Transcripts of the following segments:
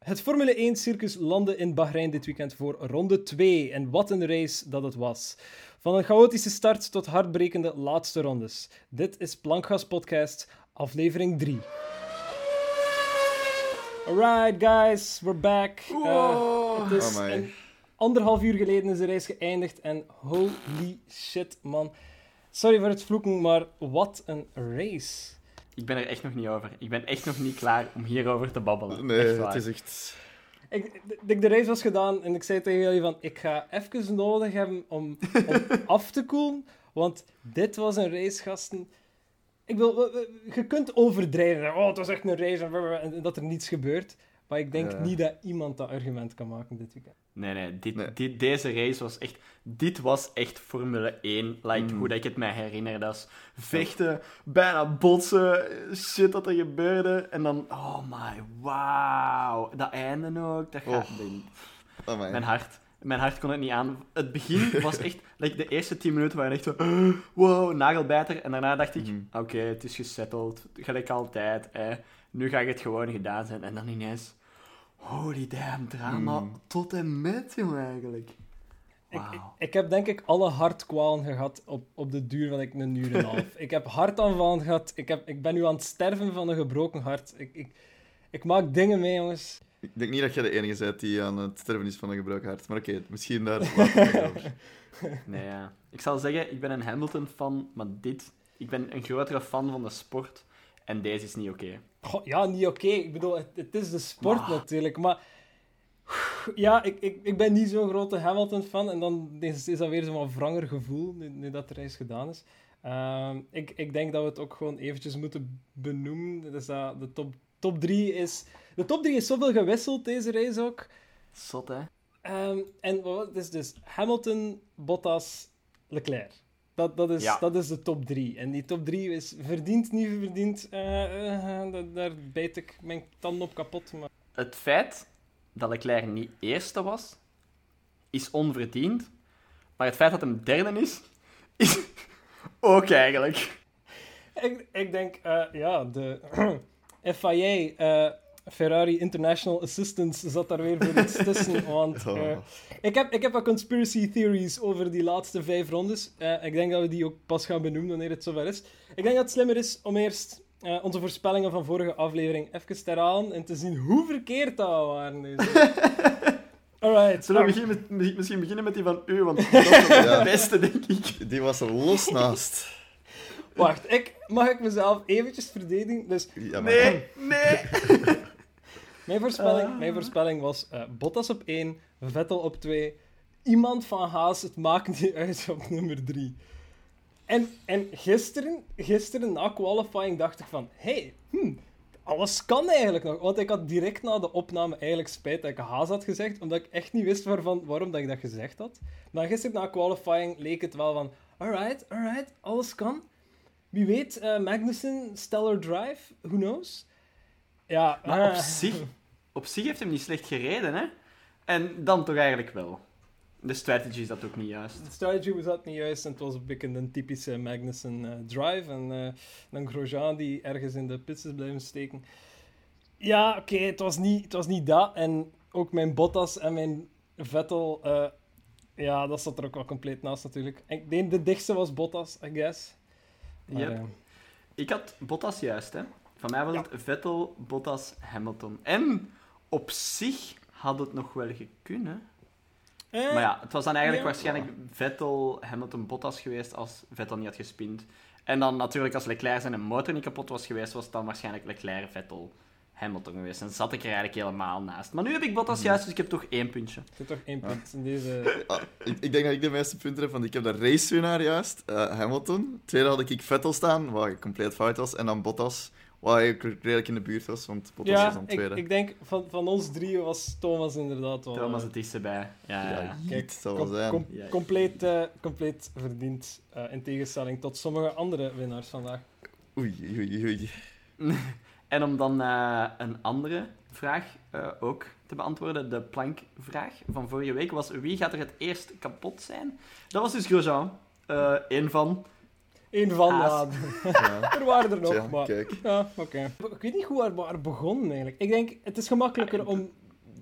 Het Formule 1-circus landde in Bahrein dit weekend voor ronde 2. En wat een race dat het was. Van een chaotische start tot hartbrekende laatste rondes. Dit is Plankgas Podcast, aflevering 3. Alright, guys, we're back. Het is anderhalf uur geleden is de race geëindigd en holy shit, man. Sorry voor het vloeken, maar wat een race. Ik ben er echt nog niet over. Ik ben echt nog niet klaar om hierover te babbelen. Nee, het is echt... De race was gedaan en ik zei tegen jullie van, ik ga even nodig hebben om af te koelen, want dit was een race, gasten. Je kunt overdrijven, het was echt een race en dat er niets gebeurt, maar ik denk niet dat iemand dat argument kan maken dit weekend. Nee. Deze race was echt... Dit was echt Formule 1, hoe dat ik het mij herinner. Dat is vechten, bijna botsen, shit dat er gebeurde. En dan, oh my, wauw. Dat einde ook, dat gaat... Mijn hart kon het niet aan. Het begin was echt... de eerste 10 minuten waren echt zo... Wow, nagelbijter. En daarna dacht ik... Oké, het is gesetteld. Gelijk altijd. Nu ga ik het gewoon gedaan zijn. En dan ineens... Holy damn, drama tot en met, jongen, eigenlijk. Wow. Ik heb denk ik alle hartkwalen gehad op de duur van een uur en een half. Ik heb hartaanvallen gehad. Ik ben nu aan het sterven van een gebroken hart. Ik maak dingen mee, jongens. Ik denk niet dat jij de enige bent die aan het sterven is van een gebroken hart. Maar oké, misschien daar later we over. Nee, ja. Ik zal zeggen, ik ben een Hamilton-fan, maar ik ben een grotere fan van de sport. En deze is niet oké. Ja, niet oké. Ik bedoel, het is de sport natuurlijk, maar... Ja, ik ben niet zo'n grote Hamilton-fan. En dan is dat weer zo'n wranger gevoel, nu dat de race gedaan is. Ik denk dat we het ook gewoon eventjes moeten benoemen. Dus dat de top 3 is... De top 3 is zoveel gewisseld, deze race ook. Zot, hè? En het is dus Hamilton, Bottas, Leclerc. Dat is de top 3. En die top 3 is verdiend, niet verdiend. Daar bijt ik mijn tanden op kapot. Maar... Het feit dat Leclerc niet eerste was, is onverdiend. Maar het feit dat hem derde is ook eigenlijk. Ik denk, de FIA, Ferrari International Assistance, zat daar weer voor iets tussen. Want ik heb wat conspiracy theories over die laatste 5 rondes. Ik denk dat we die ook pas gaan benoemen wanneer het zover is. Ik denk dat het slimmer is om eerst onze voorspellingen van vorige aflevering even te herhalen en te zien hoe verkeerd dat we waren. Alright. Zullen we misschien beginnen met die van u, want dat is de beste, denk ik. Die was er los naast. Wacht, mag ik mezelf eventjes verdedigen? Dus... Ja, nee! Mijn voorspelling was Bottas op 1, Vettel op 2, iemand van Haas, het maakt niet uit, op nummer 3. En gisteren na qualifying dacht ik van, alles kan eigenlijk nog. Want ik had direct na de opname eigenlijk spijt dat ik Haas had gezegd, omdat ik echt niet wist waarom dat ik dat gezegd had. Maar gisteren na qualifying leek het wel van, alright, alles kan. Wie weet, Magnussen, stellar drive, who knows? Ja, maar op zich heeft hem niet slecht gereden, hè? En dan toch eigenlijk wel. De strategy is dat ook niet juist. De strategy was dat niet juist en het was een beetje een typische Magnussen drive. En dan Grosjean die ergens in de pits is blijven steken. Ja, oké, het was niet dat. En ook mijn Bottas en mijn Vettel, dat zat er ook wel compleet naast natuurlijk. Ik denk de dichtste was Bottas, I guess. Maar, ik had Bottas juist, hè. Van mij was het Vettel, Bottas, Hamilton. En op zich had het nog wel gekund. Maar ja, het was dan eigenlijk waarschijnlijk Vettel, Hamilton, Bottas geweest als Vettel niet had gespind. En dan natuurlijk als Leclerc zijn motor niet kapot was geweest, was het dan waarschijnlijk Leclerc, Vettel, Hamilton geweest. En zat ik er eigenlijk helemaal naast. Maar nu heb ik Bottas juist, dus ik heb toch 1 puntje. Ik heb toch 1 punt in deze... Ik denk dat ik de meeste punten heb, want ik heb de racewinnaar juist, Hamilton. Tweede had ik Vettel staan, wat compleet fout was. En dan Bottas, wat redelijk in de buurt was, want Bottas was dan tweede. Ik denk van ons 3 was Thomas inderdaad wel... Thomas het dichtste bij. Ja. Kijk, zal wel zijn. Compleet verdiend, in tegenstelling tot sommige andere winnaars vandaag. Oei. En om dan een andere vraag ook te beantwoorden, de plankvraag van vorige week was: wie gaat er het eerst kapot zijn? Dat was dus Grosjean. Eén van. Ja. Er waren er nog, ja, maar... Kijk. Ja, oké. Ik weet niet hoe we begonnen, eigenlijk. Ik denk, het is gemakkelijker om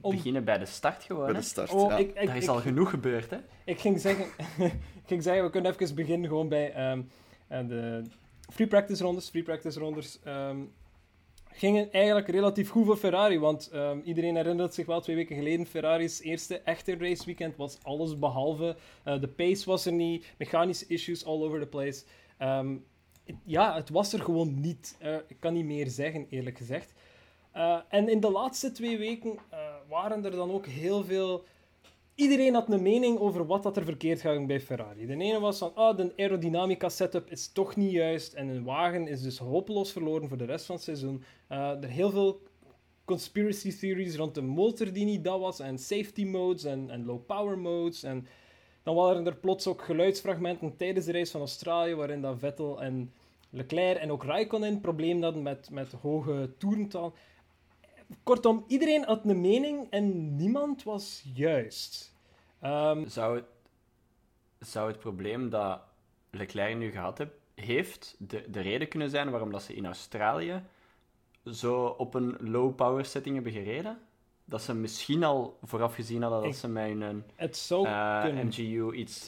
beginnen bij de start gewoon. Bij de start, ja. Daar is al genoeg gebeurd, hè? Ik ging zeggen, we kunnen even beginnen gewoon bij de free practice rondes. Free practice rondes gingen eigenlijk relatief goed voor Ferrari, want iedereen herinnert zich wel 2 weken geleden, Ferrari's eerste echte raceweekend was alles behalve. De pace was er niet, mechanische issues all over the place. Het was er gewoon niet. Ik kan niet meer zeggen, eerlijk gezegd. En in de laatste 2 weken waren er dan ook heel veel... Iedereen had een mening over wat dat er verkeerd ging bij Ferrari. De ene was van, de aerodynamica setup is toch niet juist en een wagen is dus hopeloos verloren voor de rest van het seizoen. Er heel veel conspiracy theories rond de motor die niet dat was en safety modes en low power modes. En dan waren er plots ook geluidsfragmenten tijdens de race van Australië waarin dat Vettel en Leclerc en ook Raikkonen problemen hadden met hoge toerental. Kortom, iedereen had een mening en niemand was juist. Zou het probleem dat Leclerc nu gehad heeft de reden kunnen zijn waarom dat ze in Australië zo op een low-power setting hebben gereden? Dat ze misschien al vooraf gezien hadden dat ze met hun MGU iets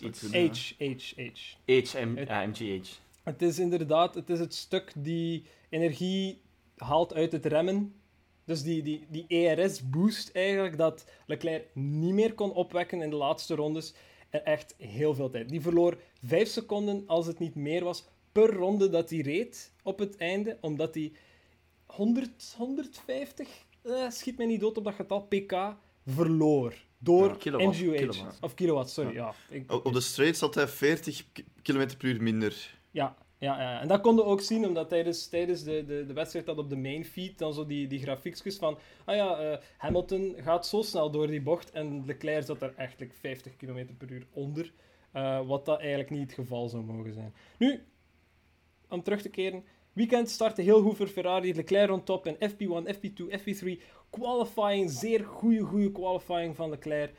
MGH. Het is inderdaad het stuk die energie haalt uit het remmen. Dus die ERS-boost eigenlijk, dat Leclerc niet meer kon opwekken in de laatste rondes. En echt heel veel tijd. Die verloor 5 seconden, als het niet meer was, per ronde dat hij reed op het einde. Omdat hij 150, schiet mij niet dood op dat getal, pk, verloor. Door MGUH. Of kilowatt, sorry. Ja. Op de straight zat hij 40 km per uur minder. Ja. En dat konden we ook zien, omdat tijdens de wedstrijd dat op de main feed dan zo die grafiekjes van Hamilton gaat zo snel door die bocht en Leclerc zat daar eigenlijk 50 km per uur onder, wat dat eigenlijk niet het geval zou mogen zijn. Nu, om terug te keren, weekend startte heel goed voor Ferrari, Leclerc on top en FP1, FP2, FP3, qualifying, zeer goede qualifying van Leclerc.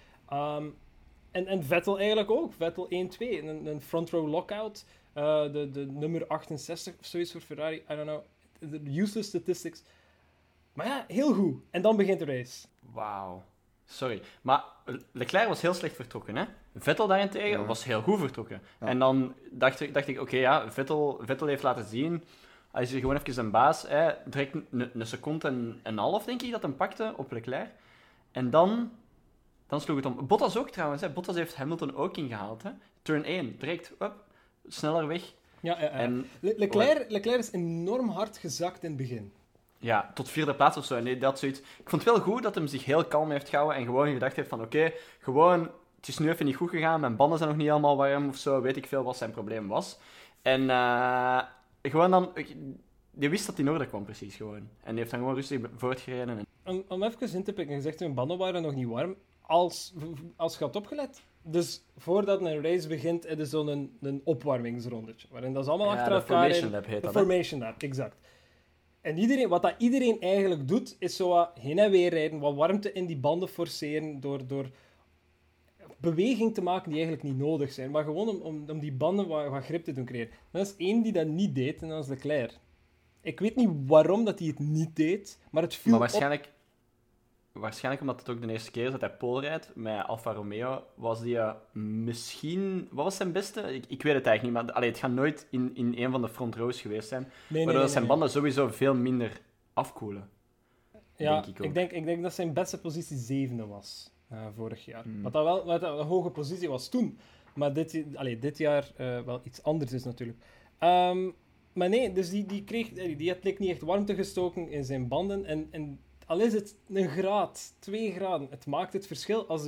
En Vettel eigenlijk ook, Vettel 1-2, een front row lockout. De nummer 68 of zoiets voor Ferrari. I don't know. The useless statistics. Maar ja, heel goed. En dan begint de race. Wauw. Sorry. Maar Leclerc was heel slecht vertrokken, hè? Vettel daarentegen was heel goed vertrokken. Ja. En dan dacht ik oké, Vettel heeft laten zien... Hij is gewoon even een baas. Direct een seconde en een half, denk ik, dat hem pakte op Leclerc. En dan sloeg het om. Bottas ook trouwens. Hè? Bottas heeft Hamilton ook ingehaald. Hè? Turn 1. Direct, sneller weg. Ja. En Leclerc is enorm hard gezakt in het begin. Ja, tot 4e plaats of zo. Nee, dat zoiets. Ik vond het wel goed dat hij zich heel kalm heeft gehouden en gewoon gedacht heeft van oké, het is nu even niet goed gegaan, mijn banden zijn nog niet helemaal warm of zo, weet ik veel wat zijn probleem was. En gewoon dan... Die wist dat hij in orde kwam, precies, gewoon. En die heeft dan gewoon rustig voortgereden. Om even in te pikken, je zegt, mijn banden waren nog niet warm. Als je had opgelet... Dus voordat een race begint, is er zo'n opwarmingsrondetje. Waarin dat is allemaal achter elkaar... Formation Lab heet dat. Formation Lab, exact. En wat iedereen eigenlijk doet, is zo wat heen en weer rijden, wat warmte in die banden forceren, door beweging te maken die eigenlijk niet nodig zijn. Maar gewoon om die banden wat grip te doen creëren. Er is één die dat niet deed, en dat is Leclerc. Ik weet niet waarom dat hij het niet deed, maar het viel Waarschijnlijk omdat het ook de eerste keer is dat hij pole rijdt met Alfa Romeo, was die misschien... Wat was zijn beste? Ik weet het eigenlijk niet, maar het gaat nooit in een van de front rows geweest zijn. Waardoor zijn banden sowieso veel minder afkoelen. Ja, ik denk dat zijn beste positie 7e was vorig jaar. Wat dat een hoge positie was toen. Maar dit jaar wel iets anders is natuurlijk. Maar nee, dus die had niet echt warmte gestoken in zijn banden en al is het 1 graad, 2 graden, het maakt het verschil als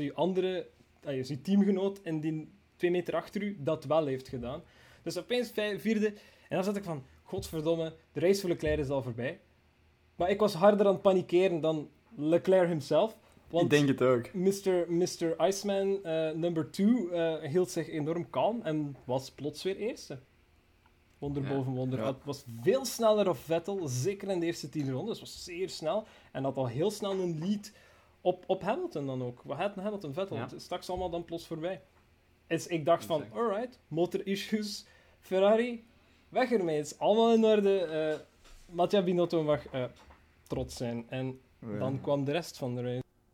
je teamgenoot en die 2 meter achter u dat wel heeft gedaan. Dus opeens 4e. En dan zat ik van, godverdomme, de race voor Leclerc is al voorbij. Maar ik was harder aan het panikeren dan Leclerc himself. Want ik denk het ook. Mr. Iceman number 2 hield zich enorm kalm en was plots weer eerste. Wonder boven wonder. Ja. Het was veel sneller op Vettel, zeker in de eerste 10 rondes. Het was zeer snel. En had al heel snel een lead op Hamilton dan ook. Wat had Hamilton, Vettel? Ja. Straks allemaal dan plots voorbij. Dus ik dacht van, alright, motor issues, Ferrari, weg ermee. Het is allemaal in orde. Mattia Binotto mag trots zijn. En dan kwam de rest van de race.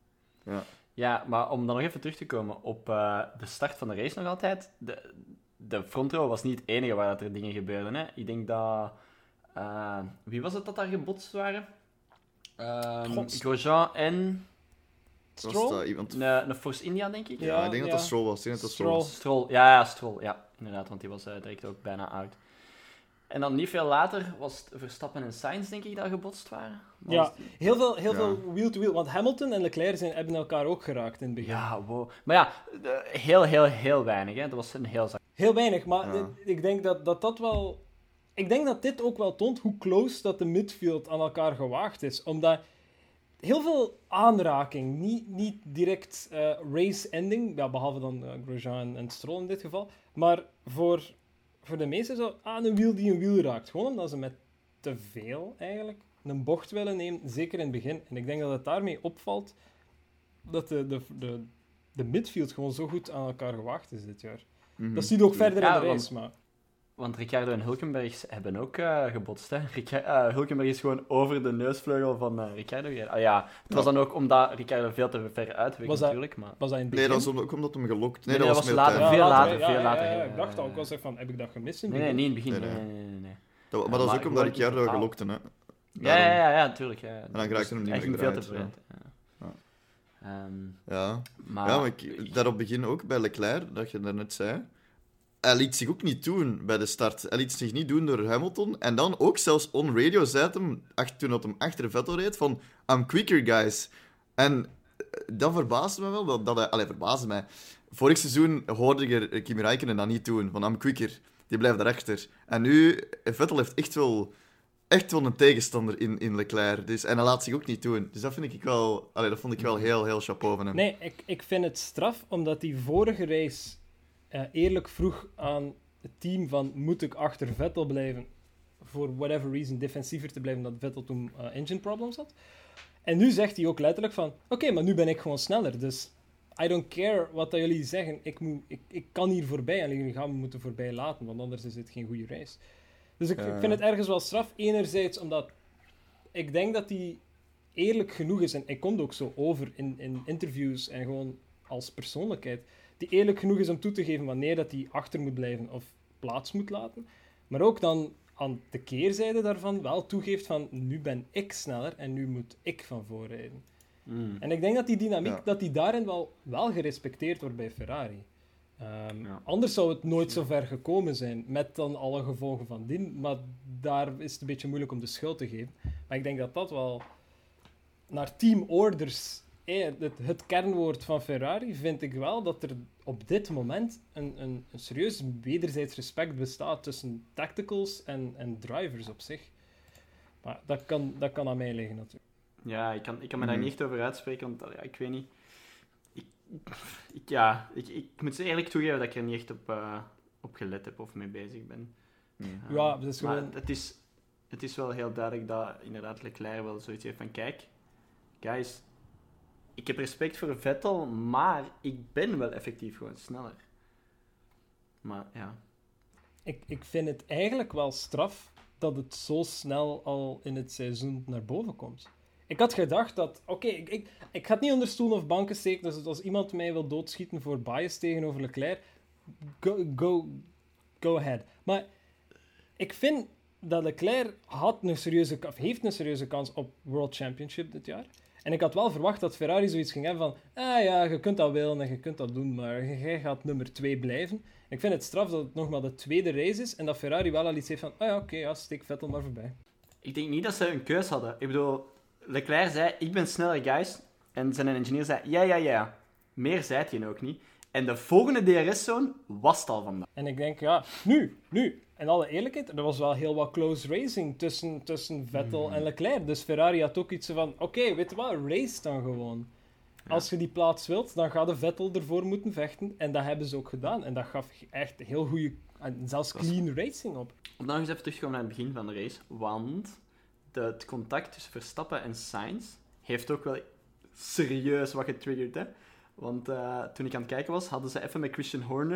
Ja, maar om dan nog even terug te komen op de start van de race nog altijd. De front row was niet het enige waar dat er dingen gebeurden. Hè. Ik denk dat... wie was het dat daar gebotst waren? Grosjean en... Stroll? Een Force India, denk ik. Ja, ik denk dat dat Stroll was. Stroll. Ja, Stroll. Ja, inderdaad, want die was direct ook bijna out. En dan niet veel later was het Verstappen en Sainz, denk ik, dat gebotst waren. Ja, heel veel wheel-to-wheel. Want Hamilton en Leclerc hebben elkaar ook geraakt in het begin. Ja, wow. Maar ja, heel weinig. Hè. Dat was een heel zaak. Heel weinig, maar ik denk dat wel... Ik denk dat dit ook wel toont hoe close dat de midfield aan elkaar gewaagd is. Omdat heel veel aanraking, niet direct race-ending, ja, behalve dan Grosjean en Stroll in dit geval, maar voor de meesten zo een wiel die een wiel raakt. Gewoon omdat ze met te veel eigenlijk een bocht willen nemen, zeker in het begin. En ik denk dat het daarmee opvalt dat de midfield gewoon zo goed aan elkaar gewaagd is dit jaar. Mm-hmm. Dat zie je ook verder in de race, maar... Want Ricciardo en Hülkenberg hebben ook gebotst. Hè? Hulkenberg is gewoon over de neusvleugel van Ricciardo gereden. Het was dan ook omdat Ricciardo veel te ver uitweek natuurlijk. Maar... Was dat in het begin? Nee, dat was ook omdat hem gelokt. Nee, dat was later. Veel later. Ja, ik dacht al, ik was echt van, heb ik dat gemist in het begin? begin? Nee, niet in het begin. Nee. Maar dat was ook omdat Ricciardo gelokte, hè? Ja, natuurlijk. Ja. En dan raakte hem niet meer veel te ver. Maar daarop begin ook bij Leclerc, dat je daarnet zei. Hij liet zich ook niet doen bij de start. Hij liet zich niet doen door Hamilton. En dan ook zelfs on radio zei hem, toen hij achter Vettel reed, van I'm quicker, guys. En dat verbaasde me wel. Verbaasde mij. Vorig seizoen hoorde ik Kimi Räikkönen dat niet doen, van I'm quicker. Die blijft daarachter. En nu, Vettel heeft echt wel een tegenstander in Leclerc. Dus, en hij laat zich ook niet doen. Dus dat vind ik wel... dat vond ik wel heel, heel chapeau van hem. Nee, ik vind het straf, omdat die vorige race... eerlijk vroeg aan het team van moet ik achter Vettel blijven voor whatever reason defensiever te blijven omdat Vettel toen engine problems had. En nu zegt hij ook letterlijk van oké, maar nu ben ik gewoon sneller, dus I don't care wat dat jullie zeggen, ik kan hier voorbij en jullie gaan me moeten voorbij laten, want anders is het geen goede race. Dus ik vind het ergens wel straf, enerzijds omdat ik denk dat hij eerlijk genoeg is en hij komt ook zo over in interviews en gewoon als persoonlijkheid, die eerlijk genoeg is om toe te geven wanneer dat hij achter moet blijven of plaats moet laten. Maar ook dan aan de keerzijde daarvan wel toegeeft van nu ben ik sneller en nu moet ik van voor rijden. En ik denk dat die dynamiek, dat die daarin wel gerespecteerd wordt bij Ferrari. Anders zou het nooit zo ver gekomen zijn, met dan alle gevolgen van dien. Maar daar is het een beetje moeilijk om de schuld te geven. Maar ik denk dat dat wel naar teamorders... Het kernwoord van Ferrari vind ik wel dat er op dit moment een serieus wederzijds respect bestaat tussen tacticals en drivers op zich. Maar dat kan aan mij liggen natuurlijk. Ja, ik kan me daar niet echt over uitspreken, want ik weet niet. Ik moet eerlijk toegeven dat ik er niet echt op gelet heb of mee bezig ben. Ja, het is gewoon... Maar het is wel heel duidelijk dat inderdaad Leclerc wel zoiets heeft van kijk, guys... Ik heb respect voor Vettel, maar ik ben wel effectief gewoon sneller. Maar ja. Ik vind het eigenlijk wel straf dat het zo snel al in het seizoen naar boven komt. Ik had gedacht dat... Oké, ik ga het niet onder stoel of banken steken, dus als iemand mij wil doodschieten voor bias tegenover Leclerc, go ahead. Maar ik vind dat Leclerc heeft een serieuze kans op World Championship dit jaar. En ik had wel verwacht dat Ferrari zoiets ging hebben van je kunt dat willen en je kunt dat doen, maar jij gaat nummer 2 blijven. En ik vind het straf dat het nog maar de tweede race is en dat Ferrari wel al iets heeft van steek Vettel maar voorbij. Ik denk niet dat ze een keus hadden. Ik bedoel, Leclerc zei, ik ben sneller, guys. En zijn engineer zei, ja. Meer zei hij ook niet. En de volgende DRS-zone was het al vandaag. En ik denk, nu. En alle eerlijkheid, er was wel heel wat close racing tussen Vettel en Leclerc. Dus Ferrari had ook iets van, oké, weet je wat, race dan gewoon. Ja. Als je die plaats wilt, dan gaat de Vettel ervoor moeten vechten. En dat hebben ze ook gedaan. En dat gaf echt heel goede, zelfs clean racing op. Om dan nog eens even terug te komen naar het begin van de race. Want het contact tussen Verstappen en Sainz heeft ook wel serieus wat getriggerd, hè. Want toen ik aan het kijken was, hadden ze even met Christian Horner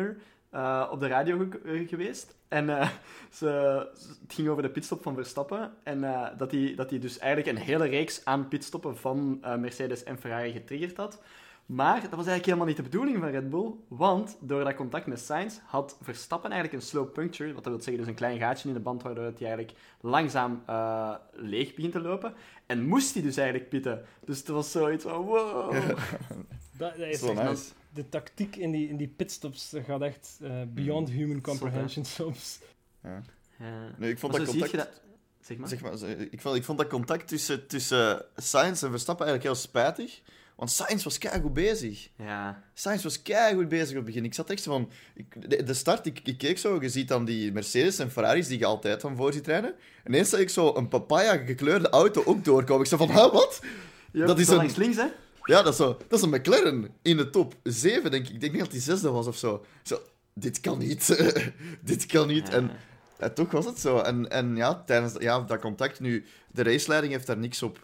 op de radio geweest. En het ging over de pitstop van Verstappen. En dat hij dus eigenlijk een hele reeks aan pitstoppen van Mercedes en Ferrari getriggerd had. Maar dat was eigenlijk helemaal niet de bedoeling van Red Bull. Want door dat contact met Sainz had Verstappen eigenlijk een slow puncture. Wat dat wil zeggen, dus een klein gaatje in de band waardoor hij eigenlijk langzaam leeg begint te lopen. En moest hij dus eigenlijk pitten. Dus het was zoiets van wow. Ja. Dat is Zo echt nice. de tactiek in die pitstops dat gaat echt beyond human comprehension soms. Ja. Ja. Nee, ik vond Maar dat zo zie contact... je dat... Zeg maar. Zeg maar, ik vond dat contact tussen Sainz en Verstappen eigenlijk heel spijtig. Want Sainz was keigoed bezig. Ja. Sainz was keigoed bezig op het begin. Ik zat echt zo van... De start, ik keek zo, je ziet dan die Mercedes en Ferraris die je altijd van voor ziet rijden. En ineens zag ik zo een papaya gekleurde auto ook doorkomen. Ik zei van, wat? Ja, Dat is zo een- langs links, hè? Ja, dat is een McLaren in de top 7, denk ik. Ik denk niet dat die 6e was of zo. Dit kan niet. Dit kan niet. Ja. En toch was het zo. En ja, tijdens dat contact nu... De raceleiding heeft daar niks op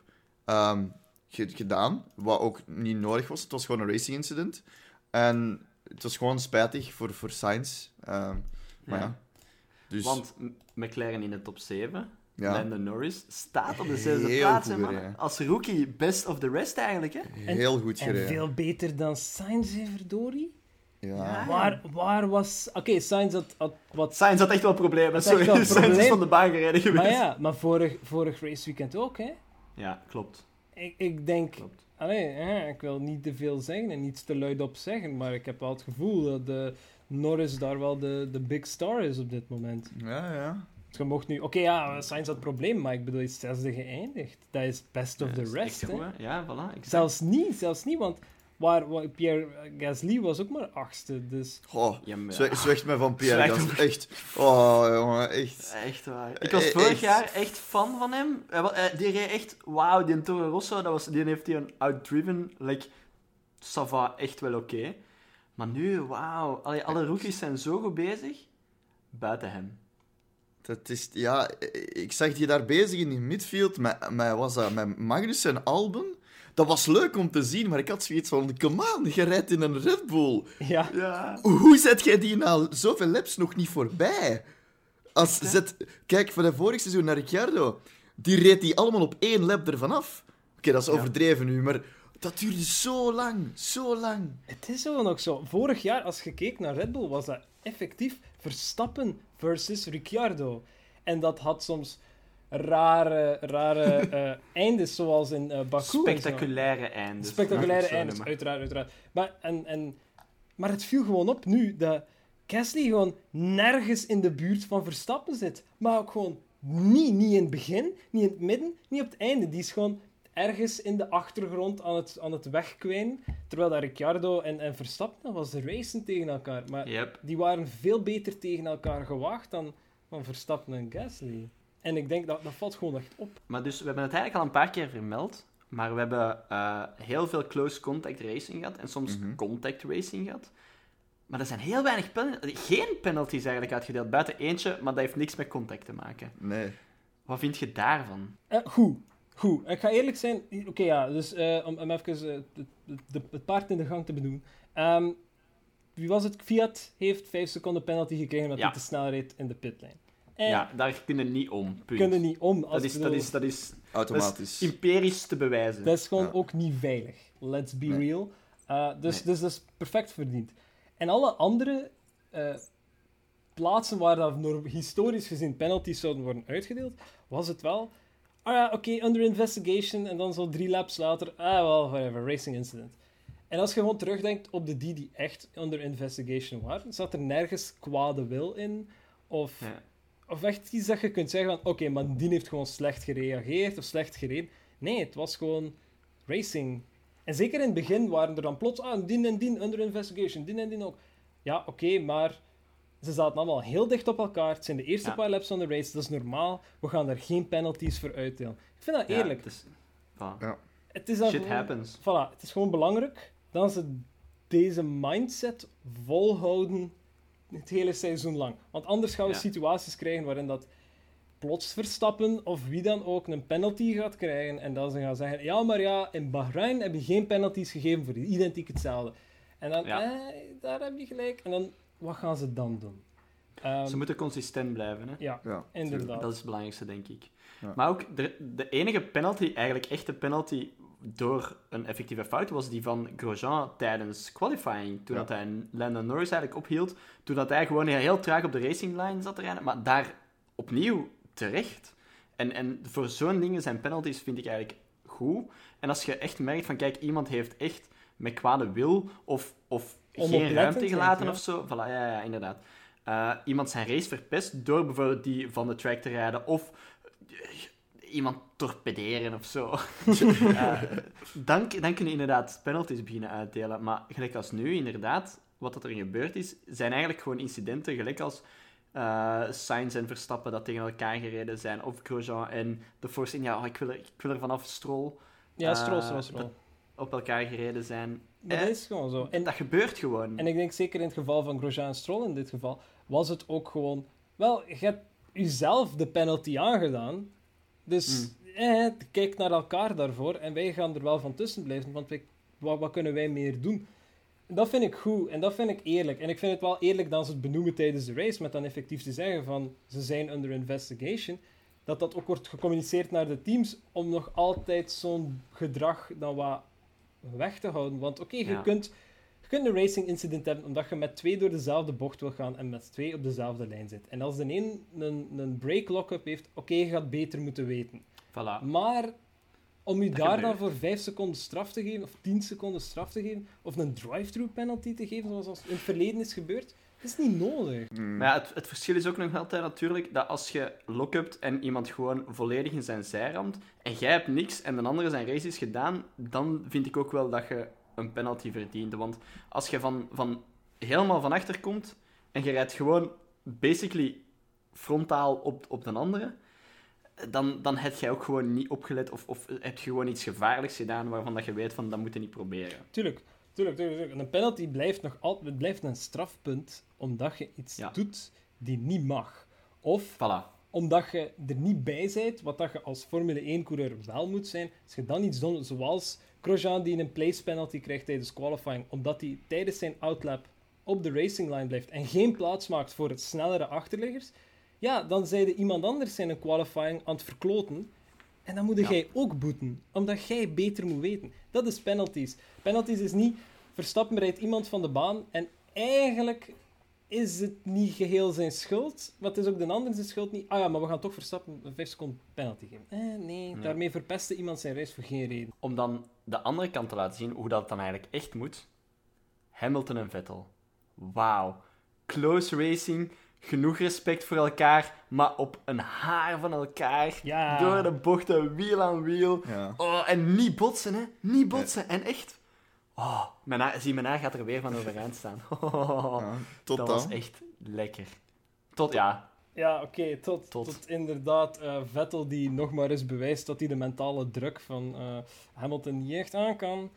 gedaan. Wat ook niet nodig was. Het was gewoon een racing incident. En het was gewoon spijtig voor Sainz. Maar ja. Dus, Want McLaren in de top 7, ja. Lando Norris, staat op de 6e Heel plaats, goed hè, man. gereden. Als rookie, best of the rest eigenlijk, hè? Heel goed En gereden. veel beter dan Sainz, hè, verdorie. Ja. Waar was... Oké, Sainz had wat... Sainz had echt wel problemen, Had echt sorry. wel Sainz is problemen. van de baan gereden geweest. Maar ja, maar vorig raceweekend ook, hè. Ja, klopt. Ik denk... Klopt. Allee, ik wil niet te veel zeggen en niets te luid op zeggen, maar ik heb wel het gevoel dat de Norris daar wel de big star is op dit moment. Ja. Je mocht nu... Oké, ja, Sainz had het probleem, maar ik bedoel, hij is 6e geëindigd. Dat is best of Ja, the dat is rest, echt hè. goed, hè. Ja, voilà. Exact. Zelfs niet, want Pierre Gasly was ook maar 8e, dus... Oh, Ja, maar- zwijgt mij van Pierre Zwijgt Gasly. Echt. Oh, jongen, echt. Echt waar. Ik was vorig Echt. jaar echt fan van hem. Die reed echt... Wauw, die Toro Rosso, die heeft hij een outdriven. Like, ça va, echt wel oké. Maar nu, wauw. Alle rookies zijn zo goed bezig. Buiten hem. Dat is... Ja, ik zag die daar bezig in die midfield met Magnus en Albon. Dat was leuk om te zien, maar ik had zoiets van... Come on, je rijdt in een Red Bull. Ja, Ja. Hoe zet jij die na zoveel laps nog niet voorbij? Kijk, van de vorig seizoen naar Ricciardo. Die reed die allemaal op 1 lap ervan af. Oké, dat is overdreven nu, maar dat duurde zo lang. Zo lang. het is zo nog zo. Vorig jaar, als je keek naar Red Bull, was dat effectief Verstappen versus Ricciardo. En dat had soms rare eindes, zoals in Baku. en zo. Spectaculaire eindes. Spectaculaire Mag ik het zo eindes, noemen. uiteraard. Maar het viel gewoon op nu dat Gasly gewoon nergens in de buurt van Verstappen zit. Maar ook gewoon niet in het begin, niet in het midden, niet op het einde. Die is gewoon ergens in de achtergrond aan het wegkwijnen. Terwijl dat Ricciardo en Verstappen, dat was de racen tegen elkaar. Maar Yep. die waren veel beter tegen elkaar gewaagd dan van Verstappen en Gasly. En ik denk dat valt gewoon echt op. Maar dus, we hebben het eigenlijk al een paar keer vermeld. Maar we hebben heel veel close contact racing gehad. En soms contact racing gehad. Maar er zijn heel weinig geen penalties eigenlijk uitgedeeld. Buiten eentje, maar dat heeft niks met contact te maken. Nee. Wat vind je daarvan? Goed. Ik ga eerlijk zijn. Oké, ja, dus om even het paard in de gang te bedoelen. Wie was het? Fiat heeft 5 seconden penalty gekregen omdat hij te snel reed in de pitlane. En Ja, daar kunnen we niet om. Punt. kunnen niet om. Dat is Automatisch. empirisch te bewijzen. Dat is gewoon Ja. ook niet veilig. Let's be Nee. real. Dus Nee. dat is perfect verdiend. En alle andere plaatsen waar dat historisch gezien penalties zouden worden uitgedeeld, was het wel... under investigation. En dan zo 3 laps later... whatever, racing incident. En als je gewoon terugdenkt op die echt under investigation waren, zat er nergens kwade wil in. Of echt iets dat je kunt zeggen van... Oké, maar die heeft gewoon slecht gereageerd of slecht gereden. Nee, het was gewoon racing. En zeker in het begin waren er dan plots... die en die under investigation, die en die ook. Ja, oké, maar... Ze zaten allemaal heel dicht op elkaar. Het zijn de eerste paar laps van de race. Dat is normaal. We gaan daar geen penalties voor uitdelen. Ik vind dat eerlijk. Het is dan Shit gewoon, happens. Voilà, het is gewoon belangrijk dat ze deze mindset volhouden het hele seizoen lang. Want anders gaan we situaties krijgen waarin dat plots Verstappen of wie dan ook een penalty gaat krijgen en dan ze gaan zeggen, in Bahrein heb je geen penalties gegeven voor identiek hetzelfde. En dan, daar heb je gelijk. En dan wat gaan ze dan doen? Ze moeten consistent blijven, hè? Ja, inderdaad. Dat is het belangrijkste, denk ik. Ja. Maar ook de enige penalty, eigenlijk echte penalty door een effectieve fout, was die van Grosjean tijdens qualifying. Toen dat hij Lando Norris eigenlijk ophield. Toen dat hij gewoon heel traag op de racing line zat te rijden. Maar daar opnieuw terecht. En voor zo'n dingen zijn penalties, vind ik eigenlijk goed. En als je echt merkt van, kijk, iemand heeft echt met kwade wil of geen ruimte gelaten of zo. Voilà, ja, inderdaad. Iemand zijn race verpest door bijvoorbeeld die van de track te rijden of iemand torpederen of zo. Dan kun je inderdaad penalties beginnen uitdelen. Maar gelijk als nu, inderdaad, wat er gebeurd is, zijn eigenlijk gewoon incidenten, gelijk als Sainz en Verstappen dat tegen elkaar gereden zijn, of Grosjean en de Force India, ik wil er vanaf Stroll. Ja, Stroll. Op elkaar gereden zijn. Maar dat is gewoon zo. En dat gebeurt gewoon. En ik denk zeker in het geval van Grosjean en Stroll in dit geval, was het ook gewoon... Wel, je hebt jezelf de penalty aangedaan. Dus kijk naar elkaar daarvoor. En wij gaan er wel van tussen blijven. Want wat kunnen wij meer doen? Dat vind ik goed. En dat vind ik eerlijk. En ik vind het wel eerlijk dat ze het benoemen tijdens de race. Met dan effectief te zeggen van... Ze zijn under investigation. Dat ook wordt gecommuniceerd naar de teams. Om nog altijd zo'n gedrag dan wat weg te houden. Want je kunt een racing incident hebben omdat je met 2 door dezelfde bocht wil gaan en met 2 op dezelfde lijn zit. En als de een brake lock-up heeft, je gaat beter moeten weten. Voilà. Maar om je daar dan voor 5 seconden straf te geven, of 10 seconden straf te geven, of een drive-through penalty te geven, zoals in het verleden is gebeurd, dat is niet nodig. Maar ja, het verschil is ook nog altijd natuurlijk dat als je lock-upt en iemand gewoon volledig in zijn zij ramt, en jij hebt niks en de andere zijn race is gedaan, dan vind ik ook wel dat je een penalty verdient. Want als je van helemaal van achter komt en je rijdt gewoon basically frontaal op de andere, dan heb jij ook gewoon niet opgelet of heb je gewoon iets gevaarlijks gedaan waarvan dat je weet van dat moet je niet proberen. Tuurlijk. En een penalty blijft nog altijd een strafpunt omdat je iets doet die niet mag. Of omdat je er niet bij bent, wat dat je als Formule 1-coureur wel moet zijn. Als je dan iets doet, zoals Grosjean die een place penalty krijgt tijdens qualifying, omdat hij tijdens zijn outlap op de racing line blijft en geen plaats maakt voor het snellere achterliggers, dan zijn iemand anders zijn qualifying aan het verkloten. En dan moet jij ook boeten, omdat jij beter moet weten. Dat is penalties. Penalties is niet, Verstappen rijdt iemand van de baan en eigenlijk is het niet geheel zijn schuld, maar het is ook de ander zijn schuld niet. Maar we gaan toch Verstappen 5 seconden penalty geven. Daarmee verpestte iemand zijn race voor geen reden. Om dan de andere kant te laten zien hoe dat dan eigenlijk echt moet. Hamilton en Vettel. Wauw. Close racing, genoeg respect voor elkaar, maar op een haar van elkaar. Ja. Door de bochten, wiel aan wiel. Ja. Oh, en niet botsen, hè. Niet botsen. Nee. En echt... mijn haar gaat er weer van overeind staan. Tot dat dan. was echt lekker. Ja, oké, tot inderdaad Vettel die nog maar eens bewijst dat hij de mentale druk van Hamilton niet echt aan kan.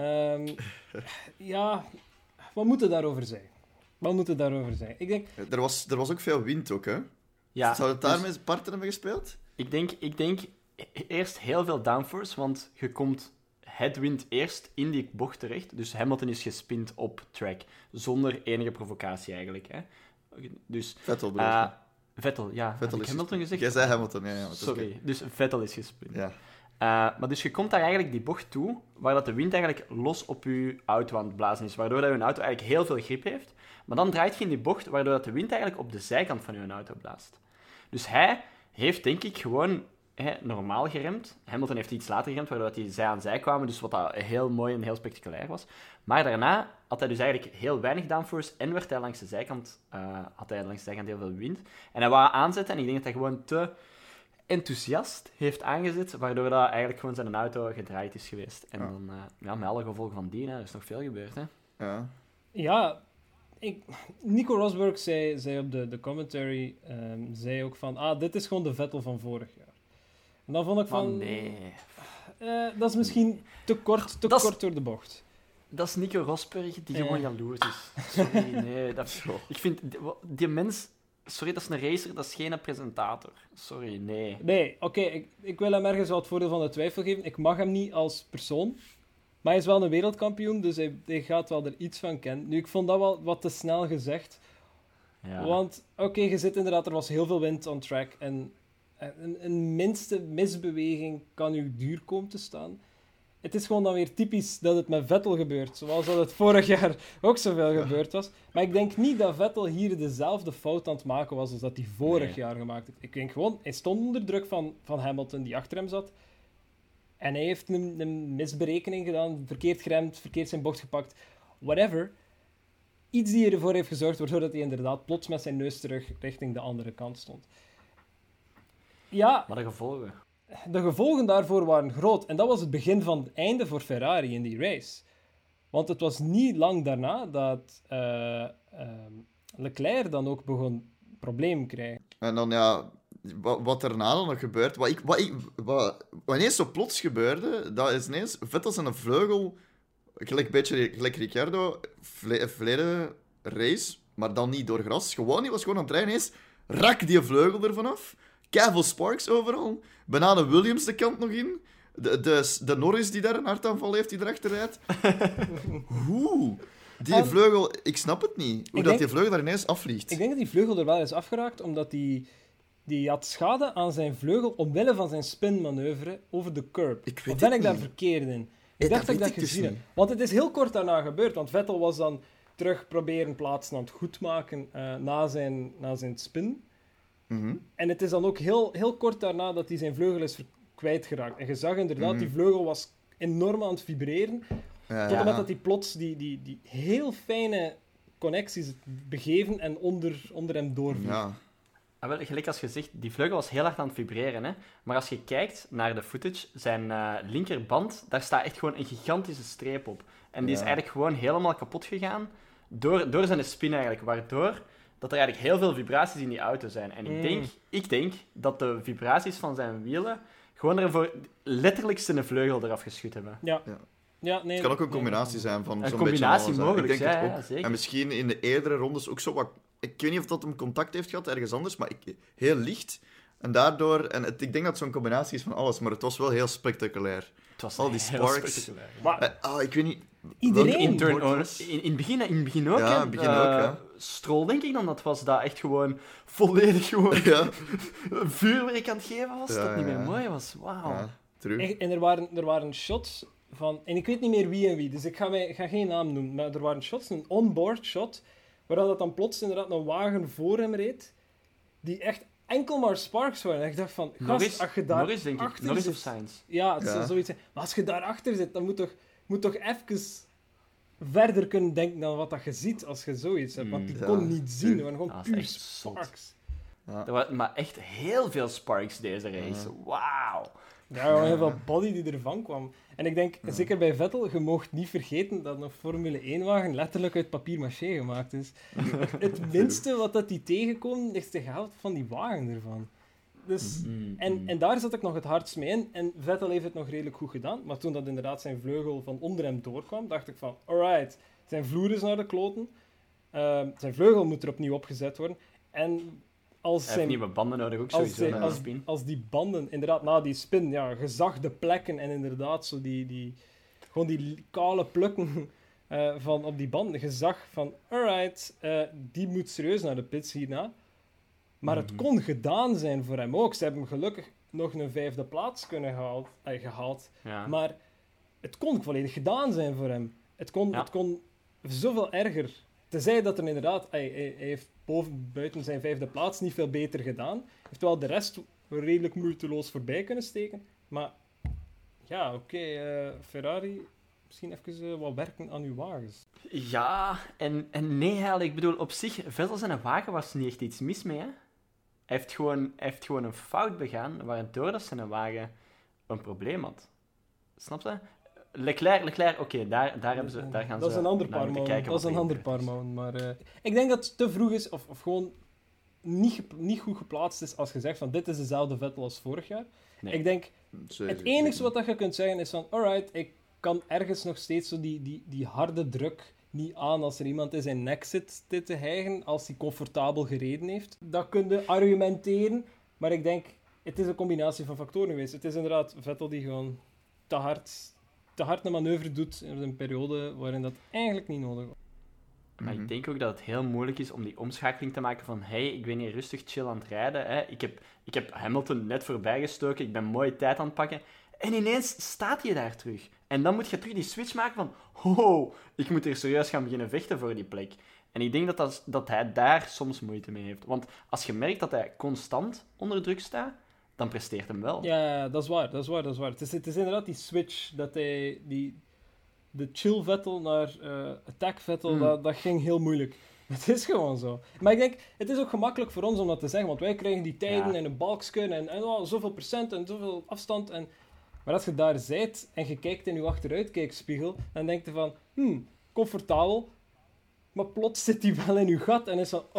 Wat moet er daarover zijn? Ik denk... Er was ook veel wind ook, hè? Ja, zou het daarmee parten hebben gespeeld? Ik denk eerst heel veel downforce, want je komt headwind eerst in die bocht terecht. Dus Hamilton is gespind op track, zonder enige provocatie eigenlijk. Hè? Dus, Vettel bedoel je? Vettel, ja. Vettel is Hamilton gezegd? Jij zei Hamilton, ja. Sorry, dus Vettel is gespind. Ja. Maar dus je komt daar eigenlijk die bocht toe, waar dat de wind eigenlijk los op je auto aan het blazen is, waardoor dat je auto eigenlijk heel veel grip heeft. Maar dan draait je in die bocht, waardoor dat de wind eigenlijk op de zijkant van je auto blaast. Dus hij heeft, denk ik, gewoon normaal geremd. Hamilton heeft iets later geremd, waardoor die zij aan zij kwamen, dus wat dat heel mooi en heel spectaculair was. Maar daarna had hij dus eigenlijk heel weinig downforce en werd hij langs de zijkant, heel veel wind. En hij wou aanzetten en ik denk dat hij gewoon te enthousiast heeft aangezet, waardoor dat eigenlijk gewoon zijn auto gedraaid is geweest. En dan, met alle gevolgen van die, er is nog veel gebeurd, hè. Ja, Nico Rosberg zei op de commentary, zei ook van, dit is gewoon de Vettel van vorig jaar. En dan vond ik van... nee. Dat is misschien te kort door de bocht. Dat is Nico Rosberg die gewoon jaloers is. Sorry, nee. Ik vind, die mens... Sorry, dat is een racer, dat is geen presentator. Sorry, nee. Nee, oké, ik wil hem ergens wel het voordeel van de twijfel geven. Ik mag hem niet als persoon, Maar hij is wel een wereldkampioen, dus hij gaat wel er iets van kennen. Nu, ik vond dat wel wat te snel gezegd. Ja. Want, oké, je zit inderdaad, er was heel veel wind on track. En een minste misbeweging kan je duur komen te staan. Het is gewoon dan weer typisch dat het met Vettel gebeurt. Zoals dat het vorig jaar ook zoveel gebeurd was. Maar ik denk niet dat Vettel hier dezelfde fout aan het maken was als dat hij vorig jaar gemaakt heeft. Ik denk gewoon, hij stond onder druk van Hamilton die achter hem zat. En hij heeft een misberekening gedaan, verkeerd geremd, verkeerd zijn bocht gepakt. Whatever. Iets die ervoor heeft gezorgd, waardoor hij inderdaad plots met zijn neus terug richting de andere kant stond. Ja. Maar de gevolgen? De gevolgen daarvoor waren groot. En dat was het begin van het einde voor Ferrari in die race. Want het was niet lang daarna dat Leclerc dan ook begon problemen krijgen. En dan, ja, wat daarna dan nog gebeurt... Wat ineens zo plots gebeurde, dat is ineens... Vettel zijn vleugel, gelijk Ricciardo, verleden race, maar dan niet door gras. Gewoon, hij was gewoon aan het rijden. Ineens rak die vleugel ervan af. Keiveel sparks overal. Bijna de Williams de kant nog in. De Norris die daar een hartaanval heeft, die erachter rijdt. Hoe? Die vleugel... Ik snap het niet. Hoe die vleugel daar ineens afvliegt. Ik denk dat die vleugel er wel is afgeraakt, omdat die had schade aan zijn vleugel omwille van zijn spinmanoeuvre over de curb. Of ben ik daar verkeerd in? Ik dacht dat ik dat gezien heb. Want het is heel kort daarna gebeurd, want Vettel was dan terug proberen plaatsen aan het goedmaken na zijn spin. Mm-hmm. En het is dan ook heel kort daarna dat hij zijn vleugel is kwijtgeraakt. En je zag inderdaad, die vleugel was enorm aan het vibreren. Tot en met dat hij plots die heel fijne connecties begeven en onder hem doorviel. Ja. Wel, gelijk als je zegt, die vleugel was heel hard aan het vibreren. Hè? Maar als je kijkt naar de footage, zijn linkerband, daar staat echt gewoon een gigantische streep op. En die is eigenlijk gewoon helemaal kapot gegaan door zijn spin eigenlijk. Waardoor dat er eigenlijk heel veel vibraties in die auto zijn. En ik denk dat de vibraties van zijn wielen gewoon ervoor letterlijk zijn vleugel eraf geschud hebben. Ja, nee, het kan ook een combinatie zijn van een zo'n combinatie beetje mogelijk, ik denk het ook. Ja, zeker. En misschien in de eerdere rondes ook zo wat... Ik weet niet of dat hem contact heeft gehad ergens anders, maar heel licht. En daardoor... Ik denk dat het zo'n combinatie is van alles, maar het was wel heel spectaculair. Het was al die sparks. Maar, ik weet niet... Iedereen... In het begin ook. Ja, in het begin ook, ja. Stroll, denk ik dan, dat was dat echt gewoon volledig vuurwerk aan het geven was. Dat niet meer mooi was. Wauw. Ja, true. En er waren shots van... En ik weet niet meer wie en wie, dus ik ga geen naam noemen. Maar er waren shots, een onboard shot, waar dat dan plots inderdaad een wagen voor hem reed, die echt enkel maar sparks waren. En ik dacht van... Gast, als je daar Norris, denk ik. Norris of Sainz. Ja, het zal zoiets zijn. Maar als je daarachter zit, dan moet toch even verder kunnen denken dan wat dat je ziet als je zoiets hebt. Want die kon niet zien. Het waren gewoon puur sparks. Ja. Er waren maar echt heel veel sparks deze race. Wauw. Ja, heel veel body die ervan kwam. En ik denk, zeker bij Vettel, je moogt niet vergeten dat een Formule 1-wagen letterlijk uit papier-mâché gemaakt is. Het minste wat dat die tegenkomen, is de helft van die wagen ervan. Dus, en daar zat ik nog het hardst mee in. En Vettel heeft het nog redelijk goed gedaan. Maar toen dat inderdaad zijn vleugel van onder hem doorkwam, dacht ik van, alright, zijn vloer is naar de kloten. Zijn vleugel moet er opnieuw opgezet worden. En als hij heeft nieuwe banden nodig ook sowieso. Als die banden, inderdaad, na die spin, ja, je zag de plekken en inderdaad zo gewoon die kale plukken van op die banden. Je zag van, alright, die moet serieus naar de pits hierna. Maar het kon gedaan zijn voor hem ook. Ze hebben gelukkig nog een 5e plaats kunnen gehaald. Ja. Maar het kon volledig gedaan zijn voor hem. Het kon zoveel erger. Tenzij dat er inderdaad... Hij heeft buiten zijn 5e plaats niet veel beter gedaan. Hij heeft wel de rest redelijk moeiteloos voorbij kunnen steken. Maar ja, oké, Ferrari... Misschien even wat werken aan uw wagens. Ja, en nee eigenlijk. Ik bedoel, op zich, Vettel zijn wagen was niet echt iets mis mee, hè. Hij heeft gewoon een fout begaan, waardoor dat zijn wagen een probleem had. Snap je? Leclerc, oké, daar gaan ze... Dat is een ander paar maanden. Dat is een ander paar maanden, maar... ik denk dat het te vroeg is, of gewoon niet goed geplaatst is, als je zegt van, dit is dezelfde Vettel als vorig jaar. Nee. Ik denk, het enige wat je kunt zeggen is van, alright, ik kan ergens nog steeds zo die harde druk niet aan als er iemand in zijn nek zit te hijgen, als hij comfortabel gereden heeft. Dat kun je argumenteren, maar ik denk, het is een combinatie van factoren geweest. Het is inderdaad Vettel die gewoon te hard te hard een manoeuvre doet in een periode waarin dat eigenlijk niet nodig was. Maar ik denk ook dat het heel moeilijk is om die omschakeling te maken van ik ben hier rustig chill aan het rijden. Hè. Ik heb Hamilton net voorbijgestoken, ik ben mooie tijd aan het pakken. En ineens staat hij daar terug. En dan moet je terug die switch maken van ik moet hier serieus gaan beginnen vechten voor die plek. En ik denk dat hij daar soms moeite mee heeft. Want als je merkt dat hij constant onder druk staat, dan presteert hem wel. Ja, dat is waar. Het is inderdaad die switch, dat hij de chill Vettel naar attack Vettel, dat ging heel moeilijk. Het is gewoon zo. Maar ik denk, het is ook gemakkelijk voor ons om dat te zeggen, want wij krijgen die tijden en een balksken en zoveel procent en zoveel afstand. Maar als je daar zit en je kijkt in je achteruitkijkspiegel, dan denk je van, comfortabel, maar plots zit die wel in je gat en is van,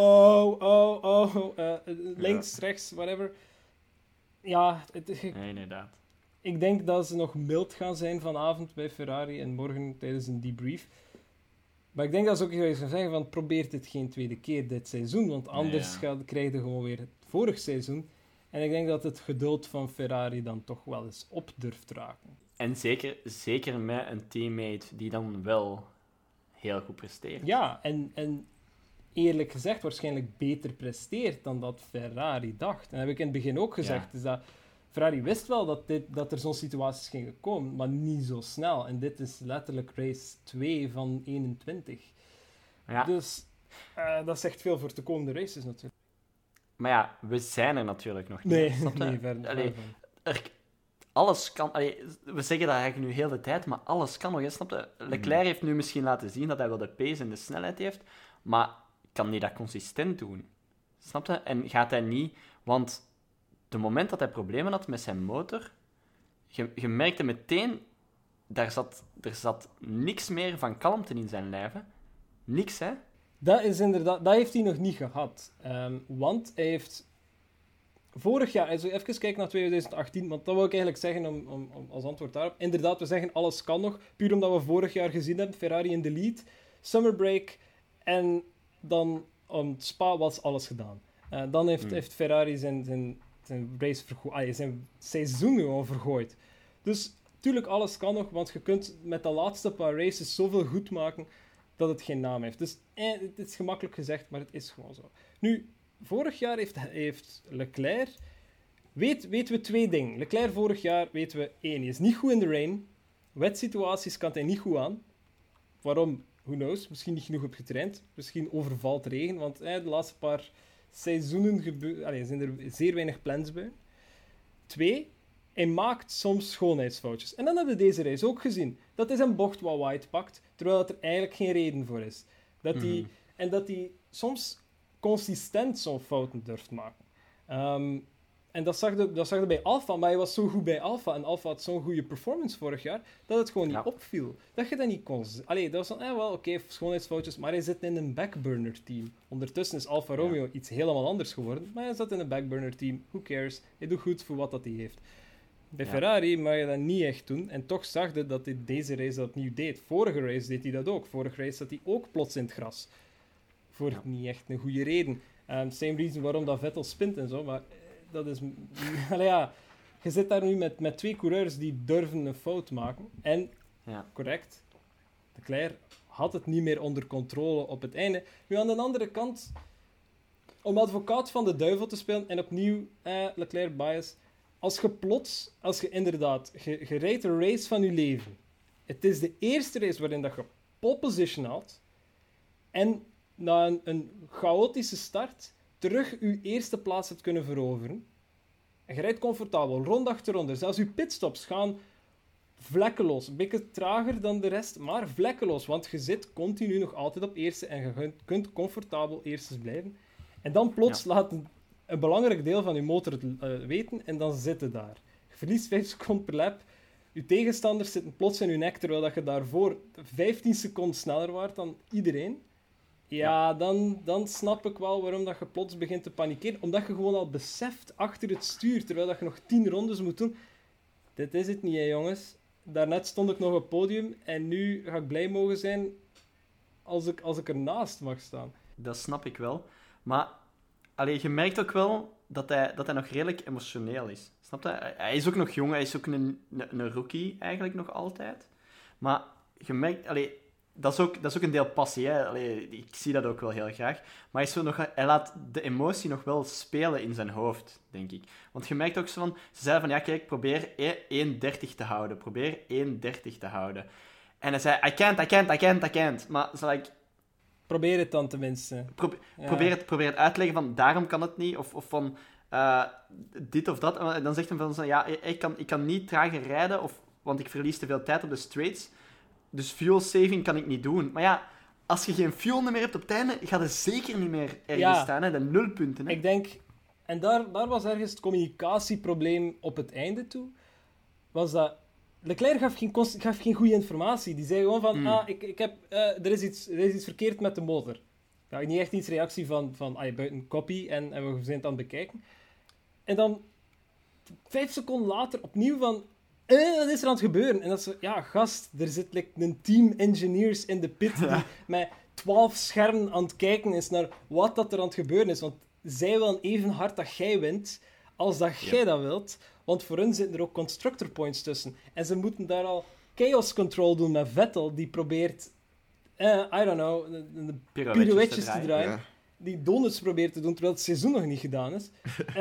links, rechts, whatever. Ja, inderdaad. Ik denk dat ze nog mild gaan zijn vanavond bij Ferrari en morgen tijdens een debrief. Maar ik denk dat ze ook eens gaan zeggen van probeer dit geen tweede keer dit seizoen, want anders krijg je gewoon weer het vorig seizoen. En ik denk dat het geduld van Ferrari dan toch wel eens op durft raken. En zeker met een teammate die dan wel heel goed presteert. Ja, en eerlijk gezegd waarschijnlijk beter presteert dan dat Ferrari dacht. En dat heb ik in het begin ook gezegd, is dat Ferrari wist wel dat er zo'n situaties gingen komen, maar niet zo snel. En dit is letterlijk race 2 van 21. Ja. Dus dat zegt veel voor de komende races natuurlijk. Maar ja, we zijn er natuurlijk nog niet. Nee, verder. Alles kan... we zeggen dat eigenlijk nu heel de tijd, maar alles kan nog. Snap je? Leclerc heeft nu misschien laten zien dat hij wel de pace en de snelheid heeft, maar kan hij dat consistent doen? Snap je? En gaat hij niet... Want de moment dat hij problemen had met zijn motor, je merkte meteen, er zat niks meer van kalmte in zijn lijf. Hè? Niks, hè? Dat is inderdaad... Dat heeft hij nog niet gehad. Want hij heeft... Vorig jaar, also even kijken naar 2018, want dat wil ik eigenlijk zeggen om als antwoord daarop. Inderdaad, we zeggen alles kan nog, puur omdat we vorig jaar gezien hebben, Ferrari in de lead, summer break, en dan om Spa was alles gedaan. Dan heeft Ferrari zijn race zijn seizoen gewoon vergooid. Dus tuurlijk, alles kan nog, want je kunt met de laatste paar races zoveel goed maken dat het geen naam heeft. Dus het is gemakkelijk gezegd, maar het is gewoon zo. Nu, vorig jaar heeft Leclerc... Weten we twee dingen. Leclerc vorig jaar weten we één. Hij is niet goed in de rain. Wetsituaties kan hij niet goed aan. Waarom? Who knows? Misschien niet genoeg op getraind. Misschien overvalt regen, want de laatste paar seizoenen zijn er zeer weinig plans bij. 2, hij maakt soms schoonheidsfoutjes. En dan hebben we deze race ook gezien. Dat is een bocht wat White pakt, terwijl er eigenlijk geen reden voor is. Dat hij soms consistent zo'n fouten durft maken. En dat zag je bij Alfa, maar hij was zo goed bij Alfa. En Alfa had zo'n goede performance vorig jaar, dat het gewoon niet opviel. Dat je dat niet kon... dat was dan, oké, schoonheidsfoutjes, maar hij zit in een backburner team. Ondertussen is Alfa Romeo iets helemaal anders geworden, maar hij zat in een backburner team. Who cares? Hij doet goed voor wat dat hij heeft. Bij Ferrari mag je dat niet echt doen, en toch zag je dat hij deze race dat opnieuw deed. Vorige race deed hij dat ook. Vorige race zat hij ook plots in het gras. Voor niet echt een goede reden. Same reason waarom dat Vettel spint en zo, maar dat is... je zit daar nu met twee coureurs die durven een fout maken. En, correct, Leclerc had het niet meer onder controle op het einde. Nu, aan de andere kant, om advocaat van de duivel te spelen, en opnieuw, Leclerc bias, als je inderdaad, je rijdt de race van je leven. Het is de eerste race waarin dat je pole position haalt, en na een chaotische start terug je eerste plaats hebt kunnen veroveren. En je rijdt comfortabel, ronde achter ronde. Zelfs je pitstops gaan vlekkeloos. Een beetje trager dan de rest, maar vlekkeloos. Want je zit continu nog altijd op eerste en je kunt comfortabel eerstes blijven. En dan plots laat een belangrijk deel van je motor het weten en dan zit je daar. Je verliest 5 seconden per lap. Je tegenstanders zitten plots in je nek, terwijl dat je daarvoor 15 seconden sneller waart dan iedereen. Ja, dan snap ik wel waarom dat je plots begint te panikeren. Omdat je gewoon al beseft achter het stuur, terwijl dat je nog 10 rondes moet doen. Dit is het niet, hè, jongens. Daarnet stond ik nog op het podium en nu ga ik blij mogen zijn als ik ernaast mag staan. Dat snap ik wel. Maar je merkt ook wel dat hij nog redelijk emotioneel is. Snap je? Hij is ook nog jong, hij is ook een rookie eigenlijk nog altijd. Maar je merkt... Dat is ook een deel passie, hè. Ik zie dat ook wel heel graag. Maar hij laat de emotie nog wel spelen in zijn hoofd, denk ik. Want je merkt ook zo van... Ze zeiden van, ja, kijk, probeer 1:30 te houden. Probeer 1:30 te houden. En hij zei, I can't. Maar zo like... Probeer het dan tenminste. Probeer het uit te leggen van, daarom kan het niet. Of van, dit of dat. En dan zegt hij van, ja, ik kan niet trager rijden, want ik verlies te veel tijd op de straights. Dus fuel saving kan ik niet doen. Maar ja, als je geen fuel meer hebt op het einde, gaat het zeker niet meer ergens staan. Hè? De 0 punten. Hè? Ik denk... En daar was ergens het communicatieprobleem op het einde toe. Was dat... Leclerc gaf geen goede informatie. Die zei gewoon van... er is iets verkeerd met de motor. Ja, niet echt iets reactie van buiten copy en we zijn het aan het bekijken. En dan 5 seconden later opnieuw van... wat is er aan het gebeuren? En dat is ja, gast, er zit een team engineers in de pit die met 12 schermen aan het kijken is naar wat dat er aan het gebeuren is. Want zij willen even hard dat jij wint als dat jij dat wilt. Want voor hun zitten er ook constructor points tussen. En ze moeten daar al chaos control doen met Vettel, die probeert, I don't know, de pirouetjes te draaien. Ja. Die donuts probeert te doen, terwijl het seizoen nog niet gedaan is.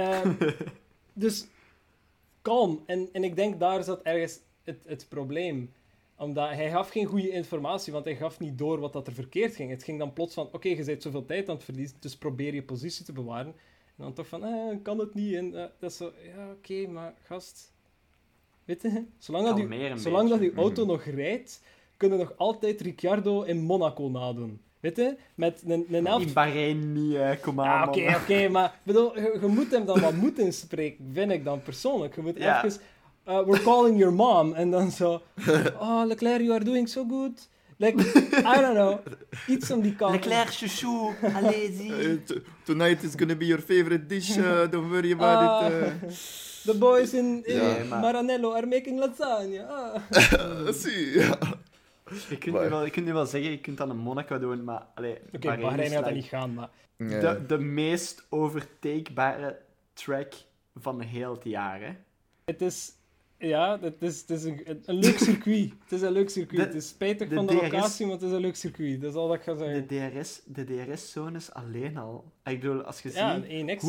Dus... kalm. En ik denk daar zat ergens het probleem. Omdat hij gaf geen goede informatie, want hij gaf niet door wat dat er verkeerd ging. Het ging dan plots van, oké, je bent zoveel tijd aan het verliezen, dus probeer je positie te bewaren. En dan toch van, kan het niet. En dat is zo, ja, oké, maar gast... Weet je, zolang dat je auto nog rijdt, kunnen we nog altijd Ricciardo in Monaco nadoen. Weet je? Met een helft... In Bahrein niet, kom aan, Oké, maar bedoel, je moet hem dan wat moed inspreken, vind ik dan persoonlijk. Je moet even... we're calling your mom. En dan zo... Oh, Leclerc, you are doing so good. Like, I don't know. Iets om die kant. Leclerc, chouchou. Allez, Tonight is gonna be your favorite dish. Don't worry about it. The boys in Maranello are making lasagna. Zie, ja. Je kunt nu wel zeggen, je kunt dat in Monaco doen, maar... Oké, Bahrein gaat dat niet gaan, maar... De meest overtakerbare track van heel het jaar, hè? Het is... Ja, het is een leuk circuit. Het is een leuk circuit. Het is spijtig van de locatie, maar het is een leuk circuit. Dat is al wat ik ga zeggen. De DRS-zones alleen al. Ik bedoel, als je ziet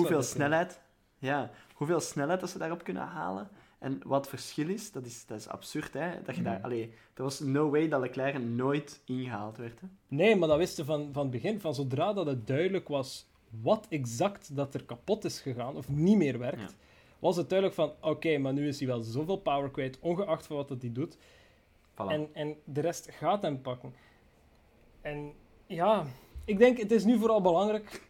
hoeveel snelheid dat ze daarop kunnen halen en wat het verschil is, dat is absurd, hè. Dat je daar... er was no way dat Leclerc nooit ingehaald werd, hè. Nee, maar dat wisten van het begin. Van zodra dat het duidelijk was wat exact dat er kapot is gegaan, of niet meer werkt... Ja. Was het duidelijk van, oké, maar nu is hij wel zoveel power kwijt, ongeacht van wat hij doet. Voilà. En de rest gaat hem pakken. En ja, ik denk, het is nu vooral belangrijk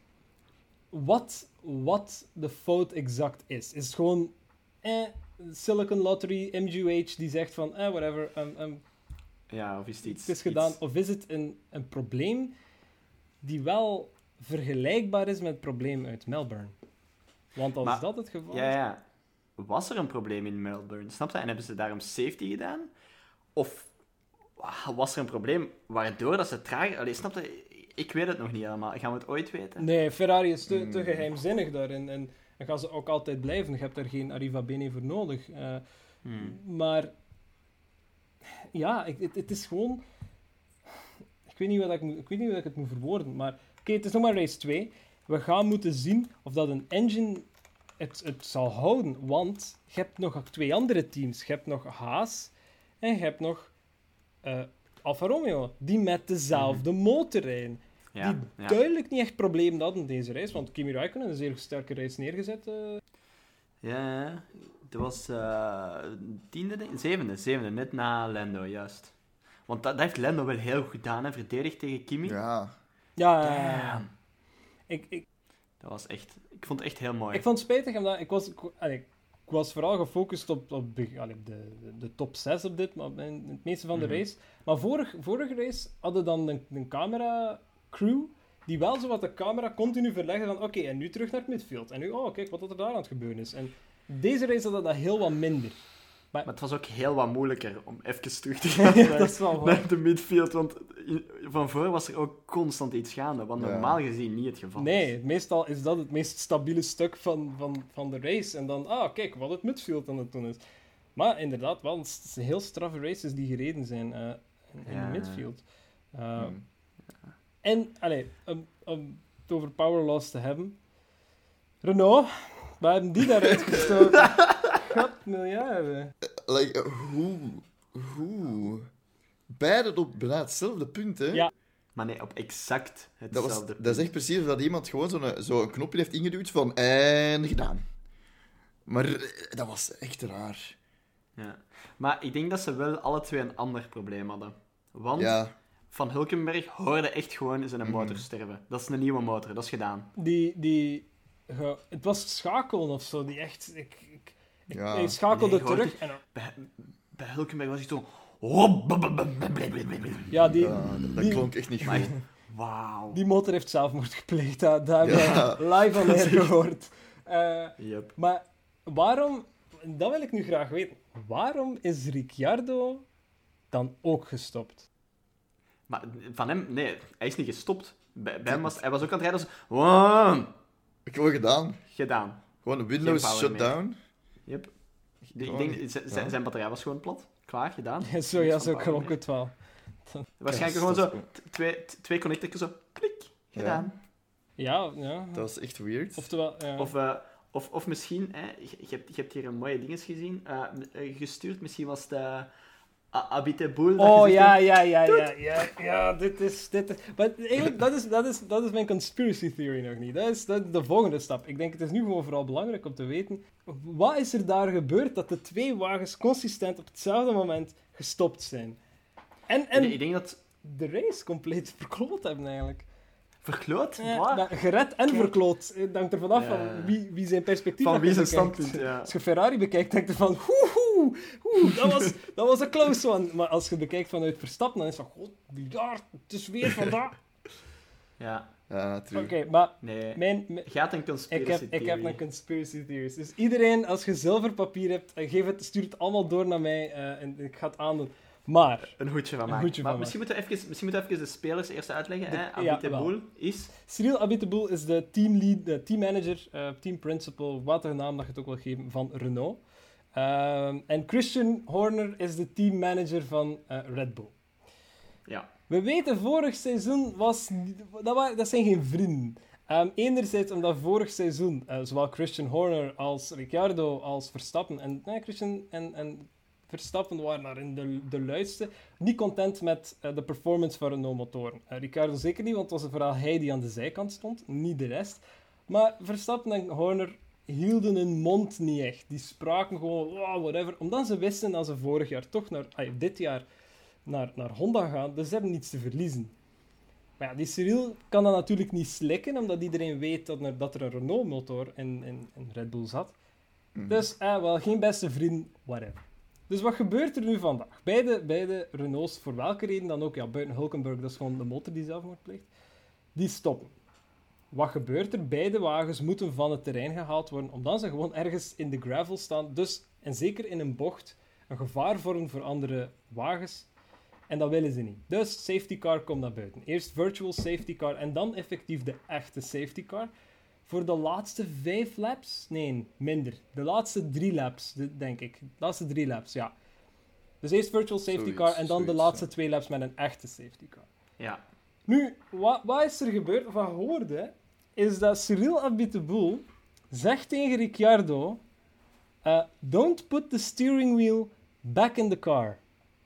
wat de fout exact is. Is het gewoon Silicon Lottery, MGH, die zegt van, whatever, ja, of is het iets... Het is gedaan. Of is het een probleem die wel vergelijkbaar is met het probleem uit Melbourne? Want als dat het geval is... Ja. Was er een probleem in Melbourne? Snap je? En hebben ze daarom safety gedaan? Of was er een probleem waardoor dat ze trager... Snap je? Ik weet het nog niet helemaal. Gaan we het ooit weten? Nee, Ferrari is te geheimzinnig daarin. En gaan ze ook altijd blijven. Je hebt daar geen Arriva Bene voor nodig. Maar... Ja, het is gewoon... Ik weet niet hoe ik het moet verwoorden, maar... Oké, het is nog maar race 2. We gaan moeten zien of dat een engine het zal houden. Want je hebt nog 2 andere teams. Je hebt nog Haas en je hebt nog Alfa Romeo. Die met dezelfde motor rijden. Ja, die duidelijk niet echt problemen hadden in deze race. Want Kimi Räikkönen een zeer sterke race neergezet. Ja, dat was zevende. Net na Lando, juist. Want dat heeft Lando wel heel goed gedaan. Hè? Verdedigd tegen Kimi. Ja. Dat was echt... Ik vond het echt heel mooi. Ik vond het spijtig, omdat ik was vooral gefocust op de top 6 op dit, maar in het meeste van de race. Maar vorige race hadden dan een camera-crew die wel zo wat de camera continu verlegde van oké, en nu terug naar het midfield. En nu, kijk wat er daar aan het gebeuren is. En deze race had dat heel wat minder. Maar het was ook heel wat moeilijker om even terug te gaan naar de midfield, want van voor was er ook constant iets gaande, wat normaal gezien niet het geval is. Nee, meestal is dat het meest stabiele stuk van de race. En dan, kijk wat het midfield aan het doen is. Maar inderdaad, wel heel straffe races die gereden zijn. in de midfield. En, om het over power loss te hebben... Renault, waar hebben die daaruit gestoken? God, miljarden. Hoe? Beide op bijna hetzelfde punt, hè? Ja. Maar nee, op exact hetzelfde punt. Dat is echt precies dat iemand gewoon zo'n knopje heeft ingeduwd van... En gedaan. Maar dat was echt raar. Ja. Maar ik denk dat ze wel alle twee een ander probleem hadden. Want Van Hulkenberg hoorde echt gewoon zijn motor sterven. Dat is een nieuwe motor, dat is gedaan. Het was schakelen of zo, die echt... Ik schakelde terug. En... Bij Hulkenberg was hij zo... Ja, dat klonk echt niet goed. Wauw. Die motor heeft zelfmoord gepleegd. Dat hebben we live on air gehoord. Yep. Maar waarom... Dat wil ik nu graag weten. Waarom is Ricciardo dan ook gestopt? Maar van hem... Nee, hij is niet gestopt. Bij hem hij was ook aan het rijden. Wow. Gewoon Gedaan. Gewoon Windows shutdown. Yep. Ik denk, zijn batterij was gewoon plat. Klaar, gedaan. Zo klonk het wel. Waarschijnlijk gewoon zo... Twee connectortjes zo... Klik. Gedaan. Ja. Dat was echt weird. Oftewel... Of misschien... Je hebt hier een mooie dinges gezien. Gestuurd. Misschien was het... Abiteboul. Oh, ja. Dit is... Maar eigenlijk, dat is mijn conspiracy theory nog niet. Dat is de volgende stap. Ik denk, het is nu gewoon vooral belangrijk om te weten... Wat is er daar gebeurd dat de twee wagens consistent op hetzelfde moment gestopt zijn? En ik denk dat... de race compleet verkloot hebben, eigenlijk. Verkloot? Gered en verkloot. Het hangt er vanaf van wie zijn perspectief van wie zijn bekijkt. standpunt, ja. Als je Ferrari bekijkt, denk je van... dat was een close one. Maar als je het bekijkt vanuit Verstappen, dan is het van... God, het is weer vandaag. Ja. Ja, true. Oké, maar... Nee. Gaat een conspiracy ik heb een conspiracy theory. Dus iedereen, als je zilverpapier hebt, stuur het allemaal door naar mij en ik ga het aandoen. Maar... Een hoedje van mij. Misschien moeten we even de spelers eerst uitleggen. Abiteboul is... Cyril Abiteboul is de teammanager, team principal, wat de naam dat je het ook wil geven, van Renault. En Christian Horner is de teammanager van Red Bull. Ja. We weten, vorig seizoen dat zijn geen vrienden. Enerzijds omdat vorig seizoen zowel Christian Horner als Ricciardo als Verstappen Christian en Verstappen waren daar in de luidste. Niet content met de performance van Renault-motoren. Ricciardo zeker niet, want het was vooral hij die aan de zijkant stond, niet de rest. Maar Verstappen en Horner hielden hun mond niet echt. Die spraken gewoon, whatever. Omdat ze wisten dat ze vorig jaar toch dit jaar naar Honda gaan, dus ze hebben niets te verliezen. Maar ja, die Cyril kan dat natuurlijk niet slikken, omdat iedereen weet dat er een Renault-motor in Red Bull zat. Dus, geen beste vriend, whatever. Dus wat gebeurt er nu vandaag? Beide Renaults, voor welke reden dan ook, buiten Hulkenberg, dat is gewoon de motor die zelfmoord pleegt, die stoppen. Wat gebeurt er? Beide wagens moeten van het terrein gehaald worden, omdat ze gewoon ergens in de gravel staan, dus, en zeker in een bocht, een gevaar vormen voor andere wagens. En dat willen ze niet. Dus safety car komt naar buiten. Eerst virtual safety car en dan effectief de echte safety car. Voor de laatste 5 laps? Nee, minder. De laatste 3 laps, denk ik. De laatste 3 laps, ja. Dus eerst virtual safety car en dan de laatste 2 laps met een echte safety car. Ja. Nu, wat is er gebeurd, of wat hoorde, is dat Cyril Abiteboul zegt tegen Ricciardo, don't put the steering wheel back in the car.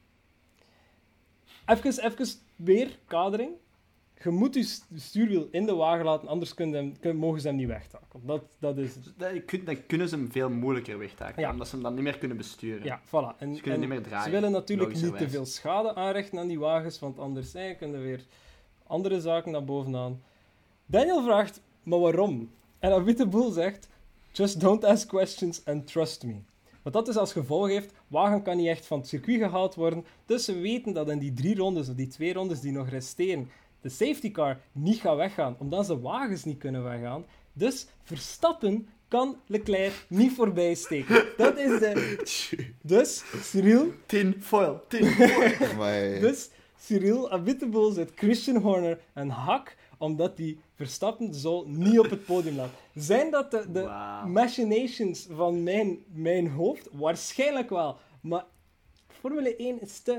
Even weer kadering. Je moet je stuurwiel in de wagen laten, anders mogen ze hem niet wegtaken. Dat is het. Dan kunnen ze hem veel moeilijker wegtaken, omdat ze hem dan niet meer kunnen besturen. Ja, voilà. Ze kunnen niet meer draaien. Ze willen natuurlijk niet te veel schade aanrichten aan die wagens, want anders kunnen er weer andere zaken naar bovenaan. Daniel vraagt, maar waarom? En Abiteboul zegt, just don't ask questions and trust me. Wat dat dus als gevolg heeft, wagen kan niet echt van het circuit gehaald worden, dus ze weten dat in die 3 rondes, of die 2 rondes die nog resteren, de safety car niet gaat weggaan, omdat ze wagens niet kunnen weggaan. Dus Verstappen kan Leclerc niet voorbij steken. Dat is Dus Cyril... Tin foil. Dus Cyril Abiteboul zet Christian Horner een hak, omdat die Verstappen zo niet op het podium laat. Zijn dat de machinations van mijn hoofd? Waarschijnlijk wel. Maar Formule 1 is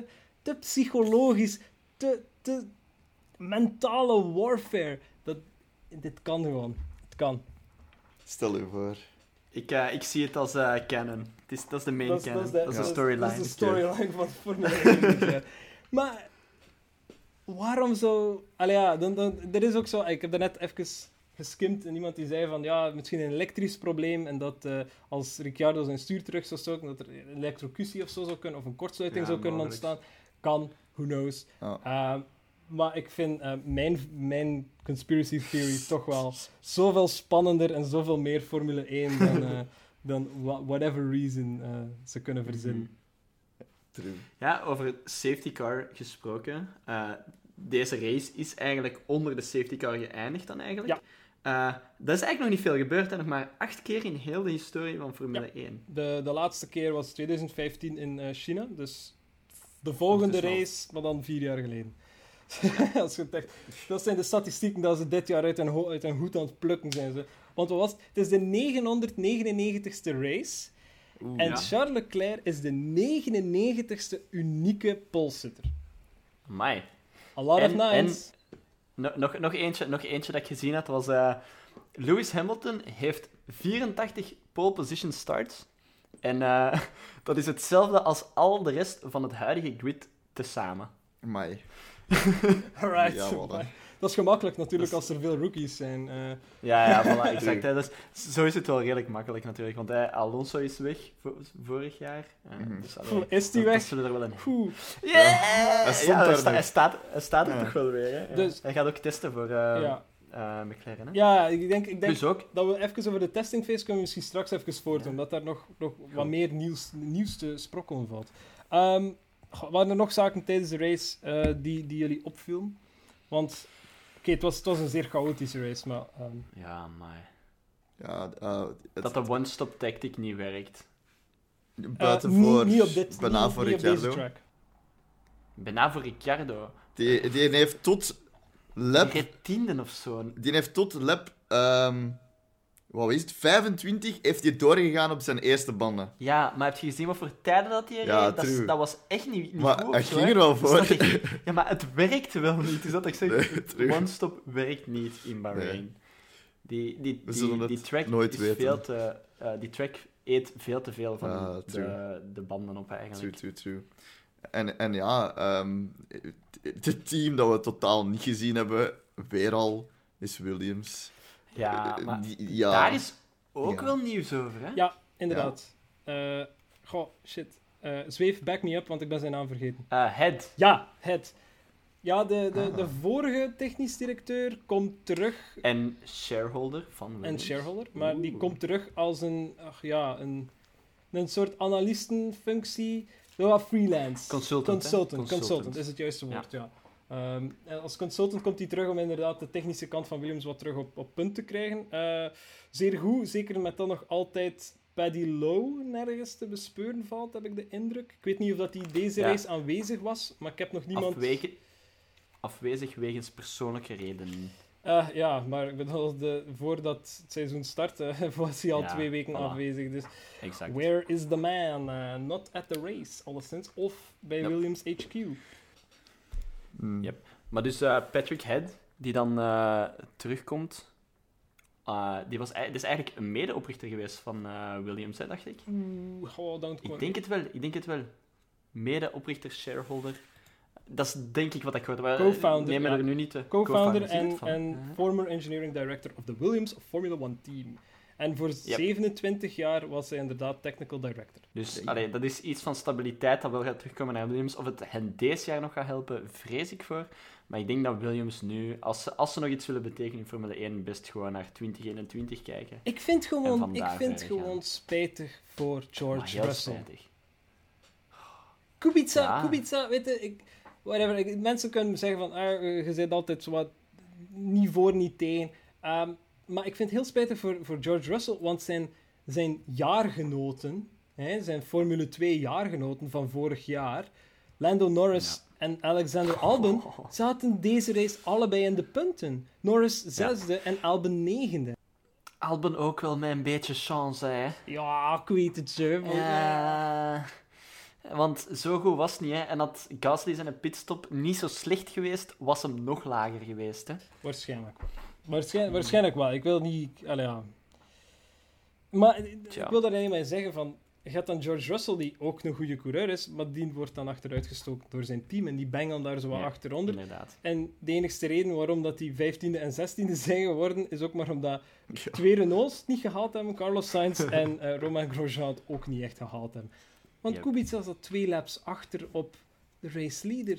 te psychologisch, te mentale warfare. Dit kan gewoon. Het kan. Stel je voor. Ik zie het als canon. Dat is de main canon. Dat is de storyline. Dat is de storyline van Formule 1. Ja. Maar waarom zo... Allee, ja, er is ook zo... Ik heb daarnet even geskimd en iemand die zei van ja, misschien een elektrisch probleem en dat als Ricciardo zijn stuur terug zou stoken, dat er een elektrocutie of zo zou kunnen, of een kortsluiting zou kunnen ontstaan. Kan, who knows. Oh. Maar ik vind mijn conspiracy theory toch wel zoveel spannender en zoveel meer Formule 1 dan whatever reason ze kunnen verzinnen. True. Ja, over safety car gesproken. Deze race is eigenlijk onder de safety car geëindigd dan eigenlijk. Ja. Dat is eigenlijk nog niet veel gebeurd. Hè? Nog maar 8 keer in heel de historie van Formule 1. De laatste keer was 2015 in China. Dus de volgende race, maar dan 4 jaar geleden. Als je denkt, dat zijn de statistieken dat ze dit jaar uit hun hoed aan het plukken zijn. Ze. Want wat was het? Het is de 999ste race. En Charles Leclerc is de 99ste unieke polesitter. Amai. A lot of nines. Nog eentje dat ik gezien had, was... Lewis Hamilton heeft 84 pole position starts. En dat is hetzelfde als al de rest van het huidige grid tezamen. Amai. Alright. Ja, dat is gemakkelijk natuurlijk als er veel rookies zijn. Ja, voilà, exact. Dus, zo is het wel redelijk makkelijk natuurlijk. Want Alonso is weg vorig jaar. Dus, is die weg? Dat zullen er wel een... Yeah! Hij staat er toch wel weer. Hè? Dus, hij gaat ook testen voor McLaren. Hè? Ja, ik denk dus ook. dat we even over de testingphase kunnen we misschien straks even voortdoen. Dat daar nog wat meer nieuws te sprokkelen valt. Waren er nog zaken tijdens de race die jullie opvielen? Want, het was een zeer chaotische race, maar... Ja, maar... Ja, dat de one-stop tactic niet werkt. Buiten voor... Niet op dit... Bijna voor Ricciardo. Bijna voor Ricciardo. Die heeft tot lap... Die tienden of zo. Die heeft tot lap... wat is het? 25 heeft hij doorgegaan op zijn eerste banden. Ja, maar heb je gezien wat voor tijden dat hij reed? Dat was echt niet maar goed. Maar hij ging er wel voor. Ja, maar het werkt wel niet. Dus dat ik zeg, one-stop werkt niet in Bahrain. Nee. Die track nooit is weten. Veel te... die track eet veel te veel van de banden op, eigenlijk. True. En ja, het team dat we totaal niet gezien hebben, weer al, is Williams. Ja, maar daar is ook wel nieuws over, hè? Ja, inderdaad. Shit. Zweef, back me up, want ik ben zijn naam vergeten. Head. Ja, Head. Ja, de vorige technisch directeur komt terug... En shareholder van Williams. Maar die komt terug als een soort analistenfunctie. Freelance. Consultant is het juiste woord, ja. Als consultant komt hij terug om inderdaad de technische kant van Williams wat terug op punt te krijgen. Zeer goed, zeker met dan nog altijd Paddy Lowe nergens te bespeuren valt, heb ik de indruk. Ik weet niet of dat hij deze race aanwezig was, maar ik heb nog niemand... Afwezig wegens persoonlijke redenen. Ja, maar ik bedoel, voordat het seizoen startte, was hij al 2 weken afwezig. Dus exact. Where is the man? Not at the race, alleszins. Of bij Williams HQ. Yep. Maar dus Patrick Head, die dan terugkomt, die is eigenlijk een medeoprichter geweest van Williams, hè, dacht ik. Ik denk het wel. Medeoprichter, shareholder. Dat is denk ik wat ik hoorde. Co-founder. Neem er nu niet te... Co-founder en former engineering director of the Williams Formula 1 team. En voor 27 jaar was hij inderdaad technical director. Dus dat is iets van stabiliteit dat wel gaat terugkomen naar Williams. Of het hen deze jaar nog gaat helpen, vrees ik voor. Maar ik denk dat Williams nu, als ze nog iets willen betekenen in Formule 1, best gewoon naar 2021 kijken. Ik vind gewoon spijtig voor George Russell. Spijtig. Kubica, weet je, whatever. Mensen kunnen zeggen van, je zit altijd zo wat niet voor, niet tegen. Maar ik vind het heel spijtig voor George Russell, want zijn jaargenoten, zijn Formule 2 jaargenoten van vorig jaar, Lando Norris en Alexander Albon, zaten deze race allebei in de punten. Norris 6e en Albon 9e. Albon ook wel met een beetje chance, hè? Ja, ik weet het zo. Want zo goed was het niet, hè. En had Gasly zijn pitstop niet zo slecht geweest, was hem nog lager geweest, hè. Waarschijnlijk wel. Ik wil niet... Allee, ja. Maar ik wil daar alleen maar zeggen van... Je hebt dan George Russell, die ook een goede coureur is, maar die wordt dan achteruit gestoken door zijn team. En die bengelen daar zo wat achteronder. Inderdaad. En de enigste reden waarom dat die 15e en 16e zijn geworden, is ook maar omdat 2 Renaults het niet gehaald hebben, Carlos Sainz en Romain Grosjean het ook niet echt gehaald hebben. Want Kubica zat 2 laps achter op de race leader.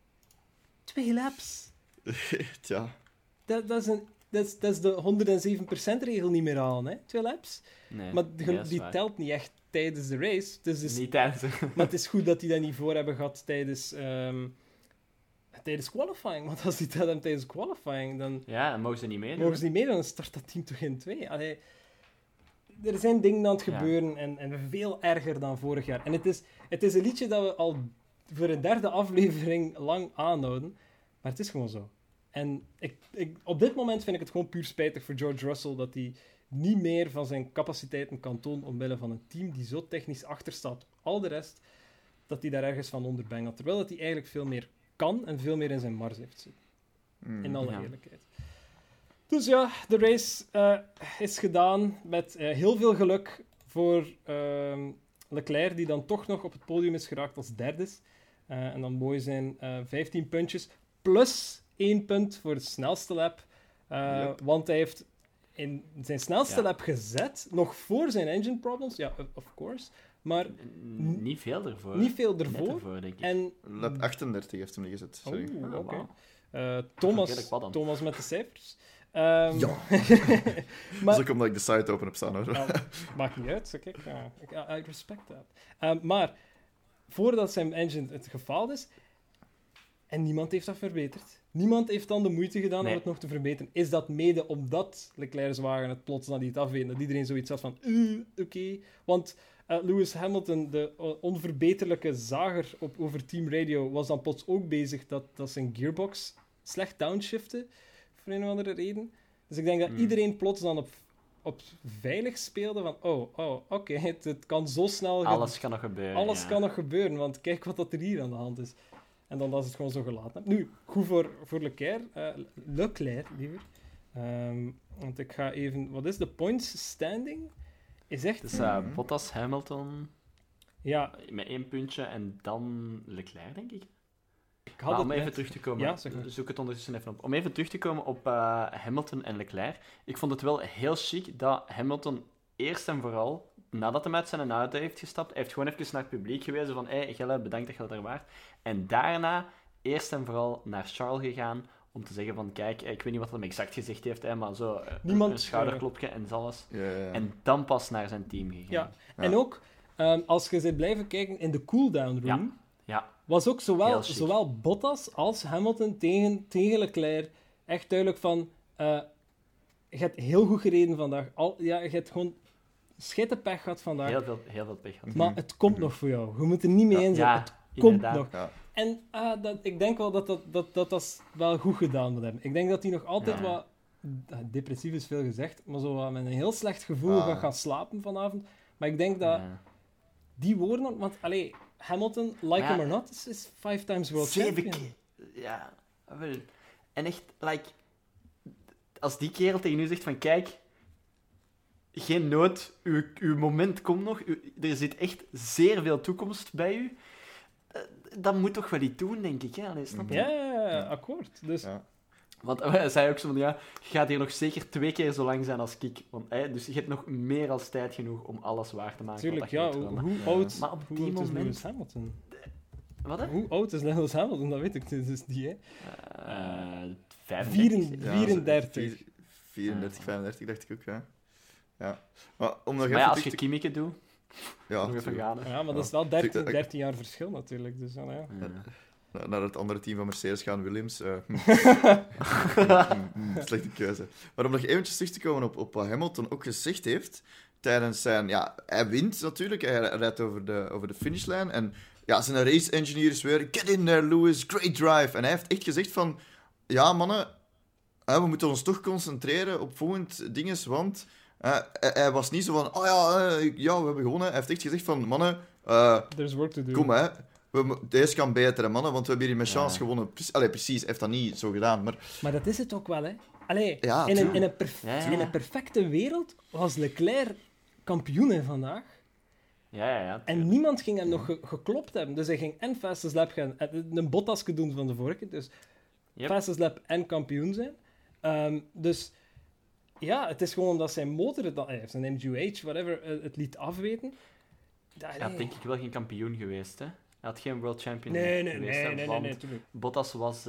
2 laps. Tja. Dat is de 107%-regel niet meer aan, hè? 2 laps. Nee, maar die telt niet echt tijdens de race. Dus niet tijdens maar het is goed dat die dat niet voor hebben gehad tijdens qualifying. Want als die dat hebben tijdens qualifying, dan... Ja, dan mogen ze niet meedoen. Dan start dat team toch in 2. Allee, er zijn dingen aan het gebeuren en veel erger dan vorig jaar. En het is een liedje dat we al voor een 3e aflevering lang aanhouden. Maar het is gewoon zo. En op dit moment vind ik het gewoon puur spijtig voor George Russell dat hij niet meer van zijn capaciteiten kan tonen omwille van een team die zo technisch achter staat. Al de rest, dat hij daar ergens van onderbengelt. Terwijl dat hij eigenlijk veel meer kan en veel meer in zijn mars heeft zitten. In alle eerlijkheid. Dus ja, de race is gedaan met heel veel geluk voor Leclerc, die dan toch nog op het podium is geraakt als derde. En dan mooi zijn 15 puntjes plus 1 punt voor de snelste lap. Want hij heeft in zijn snelste lap gezet, nog voor zijn engine problems. Ja, of course. Maar niet veel ervoor. Niet veel ervoor. Denk ik. En lap 38 heeft hem niet gezet. Sorry. Oké. Thomas met de cijfers. Ja. Dat is ook omdat ik de site open heb staan, hoor. Maakt niet uit. Kijk, I respect that. Maar voordat zijn engine het gefaald is, en niemand heeft dat verbeterd. Niemand heeft dan de moeite gedaan om het nog te verbeteren. Is dat mede omdat Leclerc's wagen het plots nadat hij het afweet, dat iedereen zoiets had van, oké. Want Lewis Hamilton, de onverbeterlijke zager over Team Radio, was dan plots ook bezig dat zijn gearbox slecht downshifte, voor een of andere reden. Dus ik denk dat iedereen plots dan op veilig speelde van, oké, het kan zo snel... Alles kan nog gebeuren. Alles kan nog gebeuren, want kijk wat er hier aan de hand is. En dan was het gewoon zo gelaten. Nu, goed voor Leclerc. Leclerc, liever. Want ik ga even... Wat is de points standing? Is echt... Dus Bottas, Hamilton... Ja. Met 1 puntje en dan Leclerc, denk ik. Om even terug te komen... Ja, zoek het ondertussen even op. Om even terug te komen op Hamilton en Leclerc. Ik vond het wel heel chic dat Hamilton eerst en vooral... Nadat hij uit zijn auto heeft gestapt, hij heeft gewoon even naar het publiek gewezen van Gelle, bedankt dat je dat er waart. En daarna eerst en vooral naar Charles gegaan om te zeggen van, kijk, ik weet niet wat hij hem exact gezegd heeft, maar zo een schouderklopje en alles. Ja. En dan pas naar zijn team gegaan. Ja. En ook, als je zit blijven kijken in de cooldown room, was ook zowel Bottas als Hamilton tegen Leclerc echt duidelijk van, je hebt heel goed gereden vandaag. Je hebt gewoon... Schitterpech gehad vandaag. Heel veel pech gehad. Maar het komt nog voor jou. Je moet er niet mee inzetten. Het komt nog. Ja. En ik denk wel dat wel goed gedaan moet hebben. Ik denk dat hij nog altijd wat... Depressief is veel gezegd, maar zo wat met een heel slecht gevoel gaat gaan slapen vanavond. Maar ik denk dat die woorden... Want, Hamilton, him or not, is 5 times world champion. Ja, wel. En echt, als die kerel tegen u zegt van, kijk... Geen nood, uw moment komt nog. Er zit echt zeer veel toekomst bij u. Dat moet toch wel iets doen, denk ik. Hè? Snap je? Ja, akkoord. Dus... Ja. Want hij zei ook zo van, je gaat hier nog zeker 2 keer zo lang zijn als ik. Want, dus je hebt nog meer als tijd genoeg om alles waar te maken. Tuurlijk, hoe oud, maar op die moment... is Lewis Hamilton? Wat, hè? Hoe oud is Lewis Hamilton? Dat weet ik dus niet, hè. 34. 34, 35 dacht ik ook, ja. Maar als je Kimmike doet, ja, even gaan. Ja, maar dat is wel 13 jaar verschil natuurlijk. Dus, naar het andere team van Mercedes gaan, Williams. Slechte keuze. Maar om nog eventjes terug te komen op wat Hamilton ook gezegd heeft tijdens zijn... Ja, hij wint natuurlijk. Hij rijdt over de finishlijn. En ja, zijn race-engineer is weer... Get in there, Lewis. Great drive. En hij heeft echt gezegd van... Ja, mannen, we moeten ons toch concentreren op volgend dinges, want... Hij was niet zo van, ja, we hebben gewonnen. Hij heeft echt gezegd van, mannen, There's work to do. kom hè, deze kan beter, hè, mannen, want we hebben hier met chance gewonnen. Precies, hij heeft dat niet zo gedaan, Maar dat is het ook wel, hè. Allee, Ja, in een perfecte wereld was Leclerc kampioen hè, vandaag. Ja. En niemand ging hem nog geklopt hebben. Dus hij ging en fastest lap gaan, een Bottasje doen van de vorige keer. Dus fastest lap en kampioen zijn. Dus ja, het is gewoon omdat zijn motor, hij heeft een MGUH, whatever, het liet afweten. Hij had denk ik wel geen kampioen geweest, hè. Hij had geen world champion Nee, want tuurlijk. Bottas was...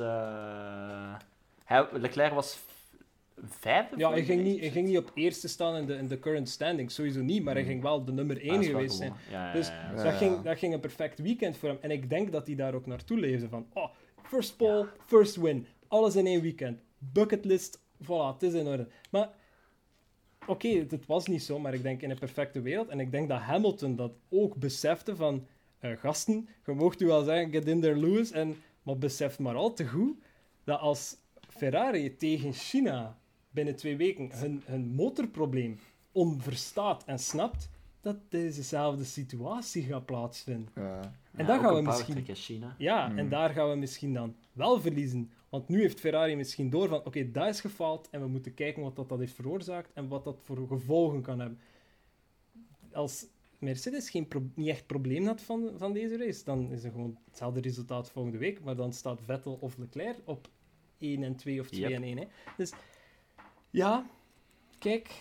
Leclerc was vijfde? Ja, hij ging niet op eerste staan in de current standing, sowieso niet, maar hij ging wel de nummer 1 geweest zijn. Dus dat ging een perfect weekend voor hem. En ik denk dat hij daar ook naartoe leefde van, first pole, first win. Alles in 1 weekend. Bucketlist, voilà, het is in orde. Maar, oké, het was niet zo, maar ik denk in een perfecte wereld. En ik denk dat Hamilton dat ook besefte van, gasten, je mocht u wel zeggen, get in there, Lewis. Maar besef maar al te goed dat als Ferrari tegen China binnen 2 weken hun motorprobleem onverstaat en snapt, dat dezezelfde situatie gaat plaatsvinden. Ja. En daar gaan we misschien... China. Ja, en daar gaan we misschien dan wel verliezen. Want nu heeft Ferrari misschien door van, oké, dat is gefaald en we moeten kijken wat dat heeft veroorzaakt en wat dat voor gevolgen kan hebben. Als Mercedes niet echt probleem had van deze race, dan is er gewoon hetzelfde resultaat volgende week, maar dan staat Vettel of Leclerc op 1 en 2 of 2 en 1. Hè. Dus ja, kijk.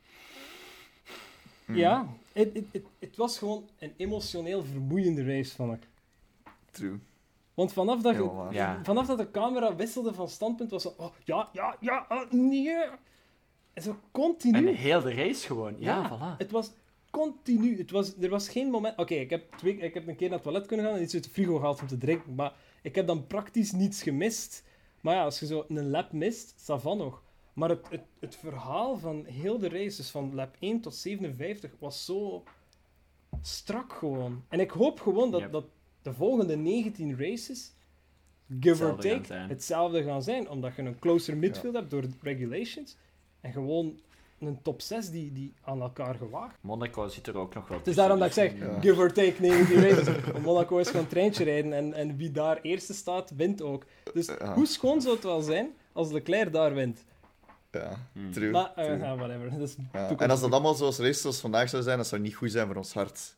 Ja, het was gewoon een emotioneel vermoeiende race, vond ik. True. Want vanaf dat de camera wisselde van standpunt, was het nee. En zo continu. En heel de race gewoon. Ja, voilà. Het was continu. Er was geen moment... Oké, ik heb een keer naar het toilet kunnen gaan en iets uit de frigo gehaald om te drinken, maar ik heb dan praktisch niets gemist. Maar ja, als je zo een lap mist, ça va nog. Maar het verhaal van heel de race, dus van lap 1 tot 57, was zo strak gewoon. En ik hoop gewoon dat de volgende 19 races, give or take, hetzelfde gaan zijn. Omdat je een closer midfield hebt door de regulations. En gewoon een top 6 die aan elkaar gewaagd. Monaco zit er ook nog wel. Het is daarom dat ik zeg, give or take 19 races. Monaco is gewoon een treintje rijden en wie daar eerste staat, wint ook. Dus hoe schoon zou het wel zijn als Leclerc daar wint? Ja, true. Maar, whatever. En als dat allemaal zoals races zoals vandaag zou zijn, dat zou niet goed zijn voor ons hart.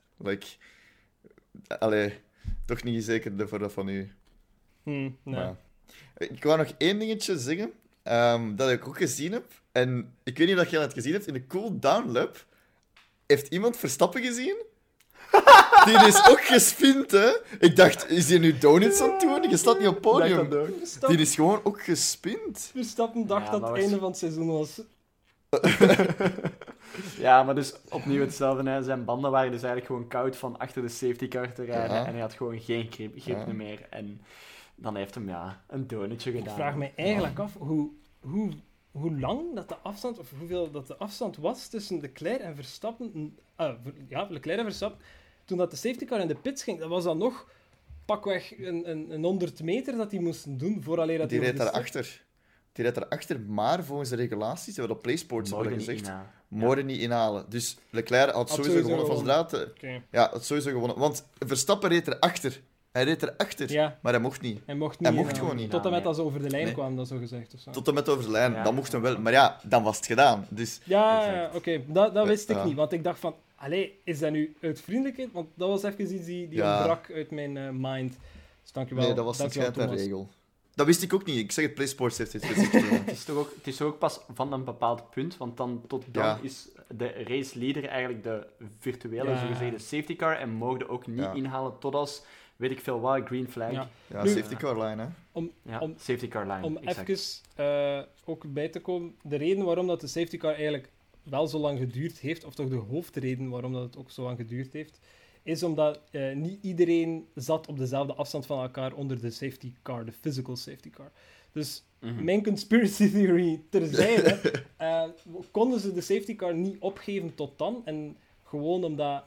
Toch niet zeker voor dat van u. Nee. Maar, ik wou nog 1 dingetje zeggen, dat ik ook gezien heb. En ik weet niet of jij dat gezien hebt. In de cool-down lap heeft iemand Verstappen gezien. Die is ook gespind, hè. Ik dacht, is die nu donuts aan het doen? Je staat niet op het podium. Die is gewoon ook gespind. Verstappen dacht dat het einde van het seizoen was. Ja, maar dus opnieuw hetzelfde. Hè. Zijn banden waren dus eigenlijk gewoon koud van achter de safety car te rijden. En hij had gewoon geen grip meer. En dan heeft hem een donutje gedaan. Ik vraag me eigenlijk af hoe lang dat de afstand, of hoeveel dat de afstand was tussen Leclerc en Verstappen. Leclerc en Verstappen. Toen dat de safety car in de pits ging, dat was dan nog pakweg een 100 meter dat die moesten doen vooraleer dat die reed daarachter. Die reed daarachter, maar volgens de regulaties, hebben we op PlaySports gezegd, mogen niet inhalen. Dus Leclerc had sowieso gewonnen van straat. Ja, had sowieso gewonnen. Want Verstappen reed erachter. Hij reed erachter, maar hij mocht niet. Hij mocht gewoon niet. Tot en met als ze over de lijn kwam, dat zo gezegd. Of zo. Tot en met over de lijn, dan mocht hem wel. Maar ja, dan was het gedaan. Dus... Oké. Dat wist ik niet. Want ik dacht van, is dat nu uit vriendelijkheid? Want dat was even iets die ontbrak uit mijn mind. Dus dankjewel. Nee, dat was een regel. Dat wist ik ook niet. Ik zeg het, PlaySports heeft dit gezegd. Het is toch ook pas van een bepaald punt, want tot dan is de race leader eigenlijk de virtuele, zogezegde safety car en mogen ook niet inhalen tot als, weet ik veel wat, green flag. Ja, nu, safety car line, hè. Safety car line, om exact. Even ook bij te komen, de reden waarom dat de safety car eigenlijk wel zo lang geduurd heeft, of toch de hoofdreden waarom dat het ook zo lang geduurd heeft, is omdat niet iedereen zat op dezelfde afstand van elkaar onder de safety car, de physical safety car. Dus mijn conspiracy theory terzijde, konden ze de safety car niet opgeven tot dan. En gewoon omdat,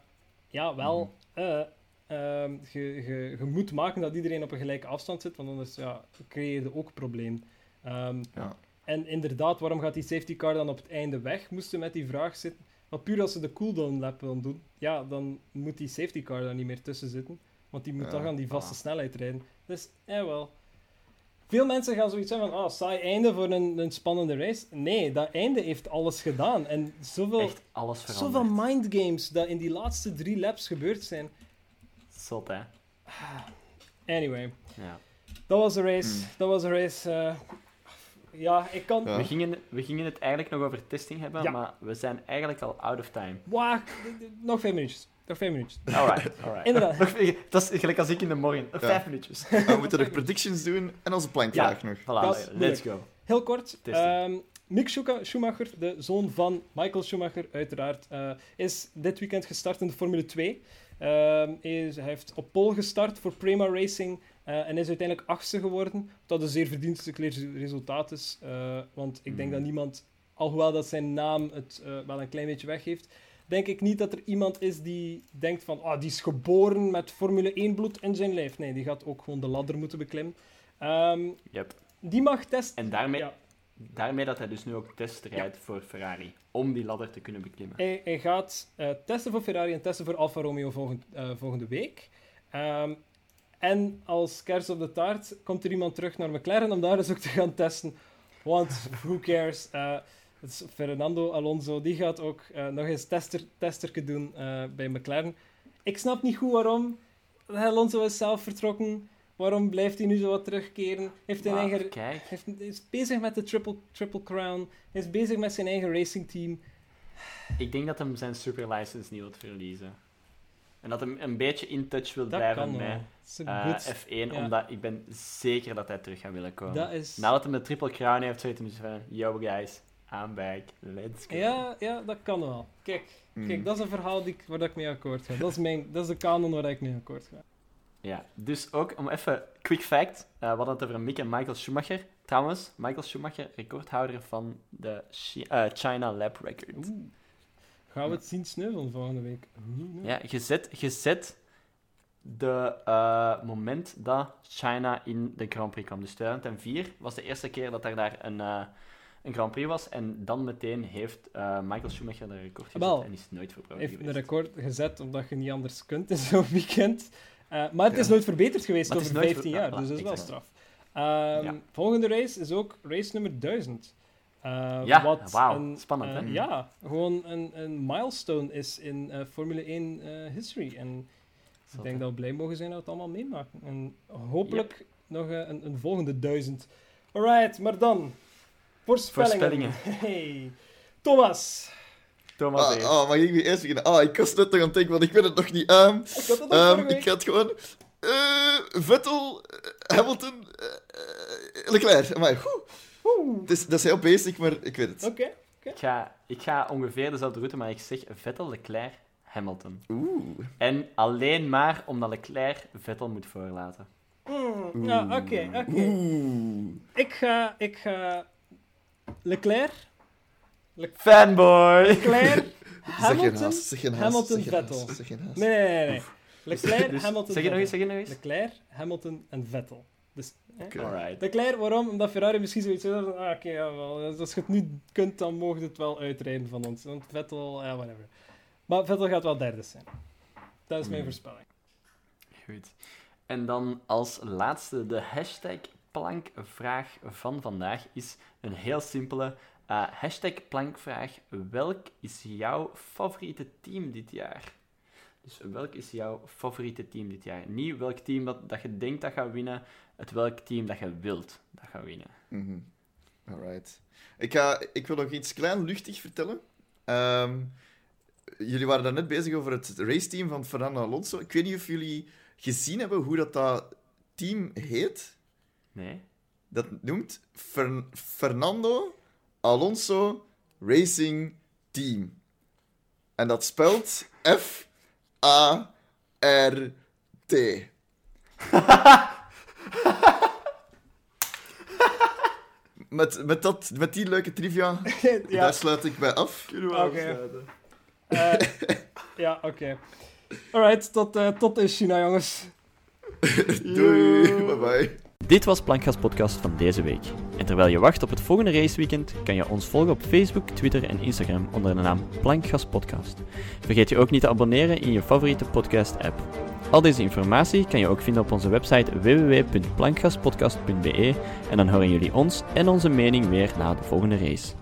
je moet maken dat iedereen op een gelijke afstand zit, want anders creëer je ook een probleem. En inderdaad, waarom gaat die safety car dan op het einde weg? Moesten met die vraag zitten. Maar puur als ze de cooldown lap willen doen, ja, dan moet die safety car daar niet meer tussen zitten. Want die moet toch aan die vaste snelheid rijden. Dus, wel. Veel mensen gaan zoiets zeggen van, saai einde voor een spannende race. Nee, dat einde heeft alles gedaan. En echt alles veranderd. Zoveel mindgames dat in die laatste 3 laps gebeurd zijn. Zot, hè? Anyway. Ja. Dat was een race. Ja, ik kan... Ja. We gingen het eigenlijk nog over testing hebben, maar we zijn eigenlijk al out of time. Wow, nog 5 minuutjes. Alright. Inderdaad. Dat is gelijk als ik in de morgen. 5 minuutjes. We moeten nog predictions doen en onze plankvraag nog. Voilà, let's go. Heel kort. Mick Schumacher, de zoon van Michael Schumacher, uiteraard, is dit weekend gestart in de Formule 2. Hij heeft op pole gestart voor Prema Racing en is uiteindelijk 8e geworden. Dat een zeer verdienstelijk resultaat is, want ik denk dat niemand, alhoewel dat zijn naam het wel een klein beetje weggeeft, denk ik niet dat er iemand is die denkt van, die is geboren met Formule 1 bloed in zijn lijf. Nee, die gaat ook gewoon de ladder moeten beklimmen. Yep. Die mag testen. En daarmee dat hij dus nu ook testrijdt voor Ferrari, om die ladder te kunnen beklimmen. Hij gaat testen voor Ferrari en testen voor Alfa Romeo volgende week. En als kers op de taart komt er iemand terug naar McLaren om daar dus ook te gaan testen. Want who cares? Fernando Alonso, die gaat ook nog eens testerke doen bij McLaren. Ik snap niet goed waarom. Alonso is zelf vertrokken. Waarom blijft hij nu zo wat terugkeren? Hij is bezig met de triple crown. Hij is bezig met zijn eigen racingteam. Ik denk dat hij zijn superlicense niet wil verliezen. En dat hij een beetje in touch wil blijven met F1, omdat ik ben zeker dat hij terug gaat willen komen. Nadat hij de triple crown heeft, zou hij van, yo guys, I'm back, let's go. Ja, dat kan wel. Kijk, dat is een verhaal waar ik mee akkoord ga. Dat is de kanon waar ik mee akkoord ga. Ja, dus ook om even quick fact. We hadden het over Mick en Michael Schumacher. Trouwens, Michael Schumacher, recordhouder van de China Lap Record. Gaan we het zien sneuvelen volgende week? Ja, je zet de moment dat China in de Grand Prix kwam. Dus 2004 was de eerste keer dat er daar een Grand Prix was. En dan meteen heeft Michael Schumacher de record gezet en is nooit verbroken geweest. Hij heeft een record gezet omdat je niet anders kunt in zo'n weekend. Maar het is nooit verbeterd geweest over 15 jaar, dus dat is wel straf. Volgende race is ook race nummer 1000. Spannend, hè? Ja, gewoon een milestone is in Formule 1 history. En ik denk dat we blij mogen zijn dat we het allemaal meemaken. En hopelijk nog een volgende 1000. Alright, maar dan... Voorspellingen. Hey. Thomas, mag ik weer eerst beginnen? Ik was net nog aan het denken, want ik weet het nog niet. Ik ga het gewoon... Vettel, Hamilton, Leclerc. Maar, dat is heel basic, maar ik weet het. Oké. Ik ga ongeveer dezelfde route, maar ik zeg Vettel, Leclerc, Hamilton. En alleen maar omdat Leclerc Vettel moet voorlaten. Oké. Ik ga Leclerc. Fanboy! Leclerc, Hamilton, Vettel. Nee. Leclerc, Hamilton, Zeg je nog eens? Leclerc, Hamilton en Vettel. Dus, Alright. Leclerc, waarom? Omdat Ferrari misschien zoiets heeft van, als je het nu kunt, dan mogen je het wel uitrijden van ons. Want Vettel, whatever. Maar Vettel gaat wel derde zijn. Dat is mijn voorspelling. Goed. En dan als laatste, de #plankvraag van vandaag is een heel simpele #plankvraag. Welk is jouw favoriete team dit jaar? Dus welk is jouw favoriete team dit jaar? Niet welk team dat je denkt dat gaat winnen, het welk team dat je wilt dat gaat winnen. Alright. Ik wil nog iets klein luchtig vertellen. Jullie waren daar net bezig over het raceteam van Fernando Alonso. Ik weet niet of jullie gezien hebben hoe dat team heet. Nee. Dat noemt Fernando Alonso Racing Team. En dat spelt F-A-R-T. Met die leuke trivia, daar sluit ik bij af. Kunnen we afsluiten. Oké. Alright, tot in China, jongens. Doei, bye bye. Dit was Plankgas Podcast van deze week. En terwijl je wacht op het volgende raceweekend, kan je ons volgen op Facebook, Twitter en Instagram onder de naam Plankgas Podcast. Vergeet je ook niet te abonneren in je favoriete podcast-app. Al deze informatie kan je ook vinden op onze website www.plankgaspodcast.be en dan horen jullie ons en onze mening weer na de volgende race.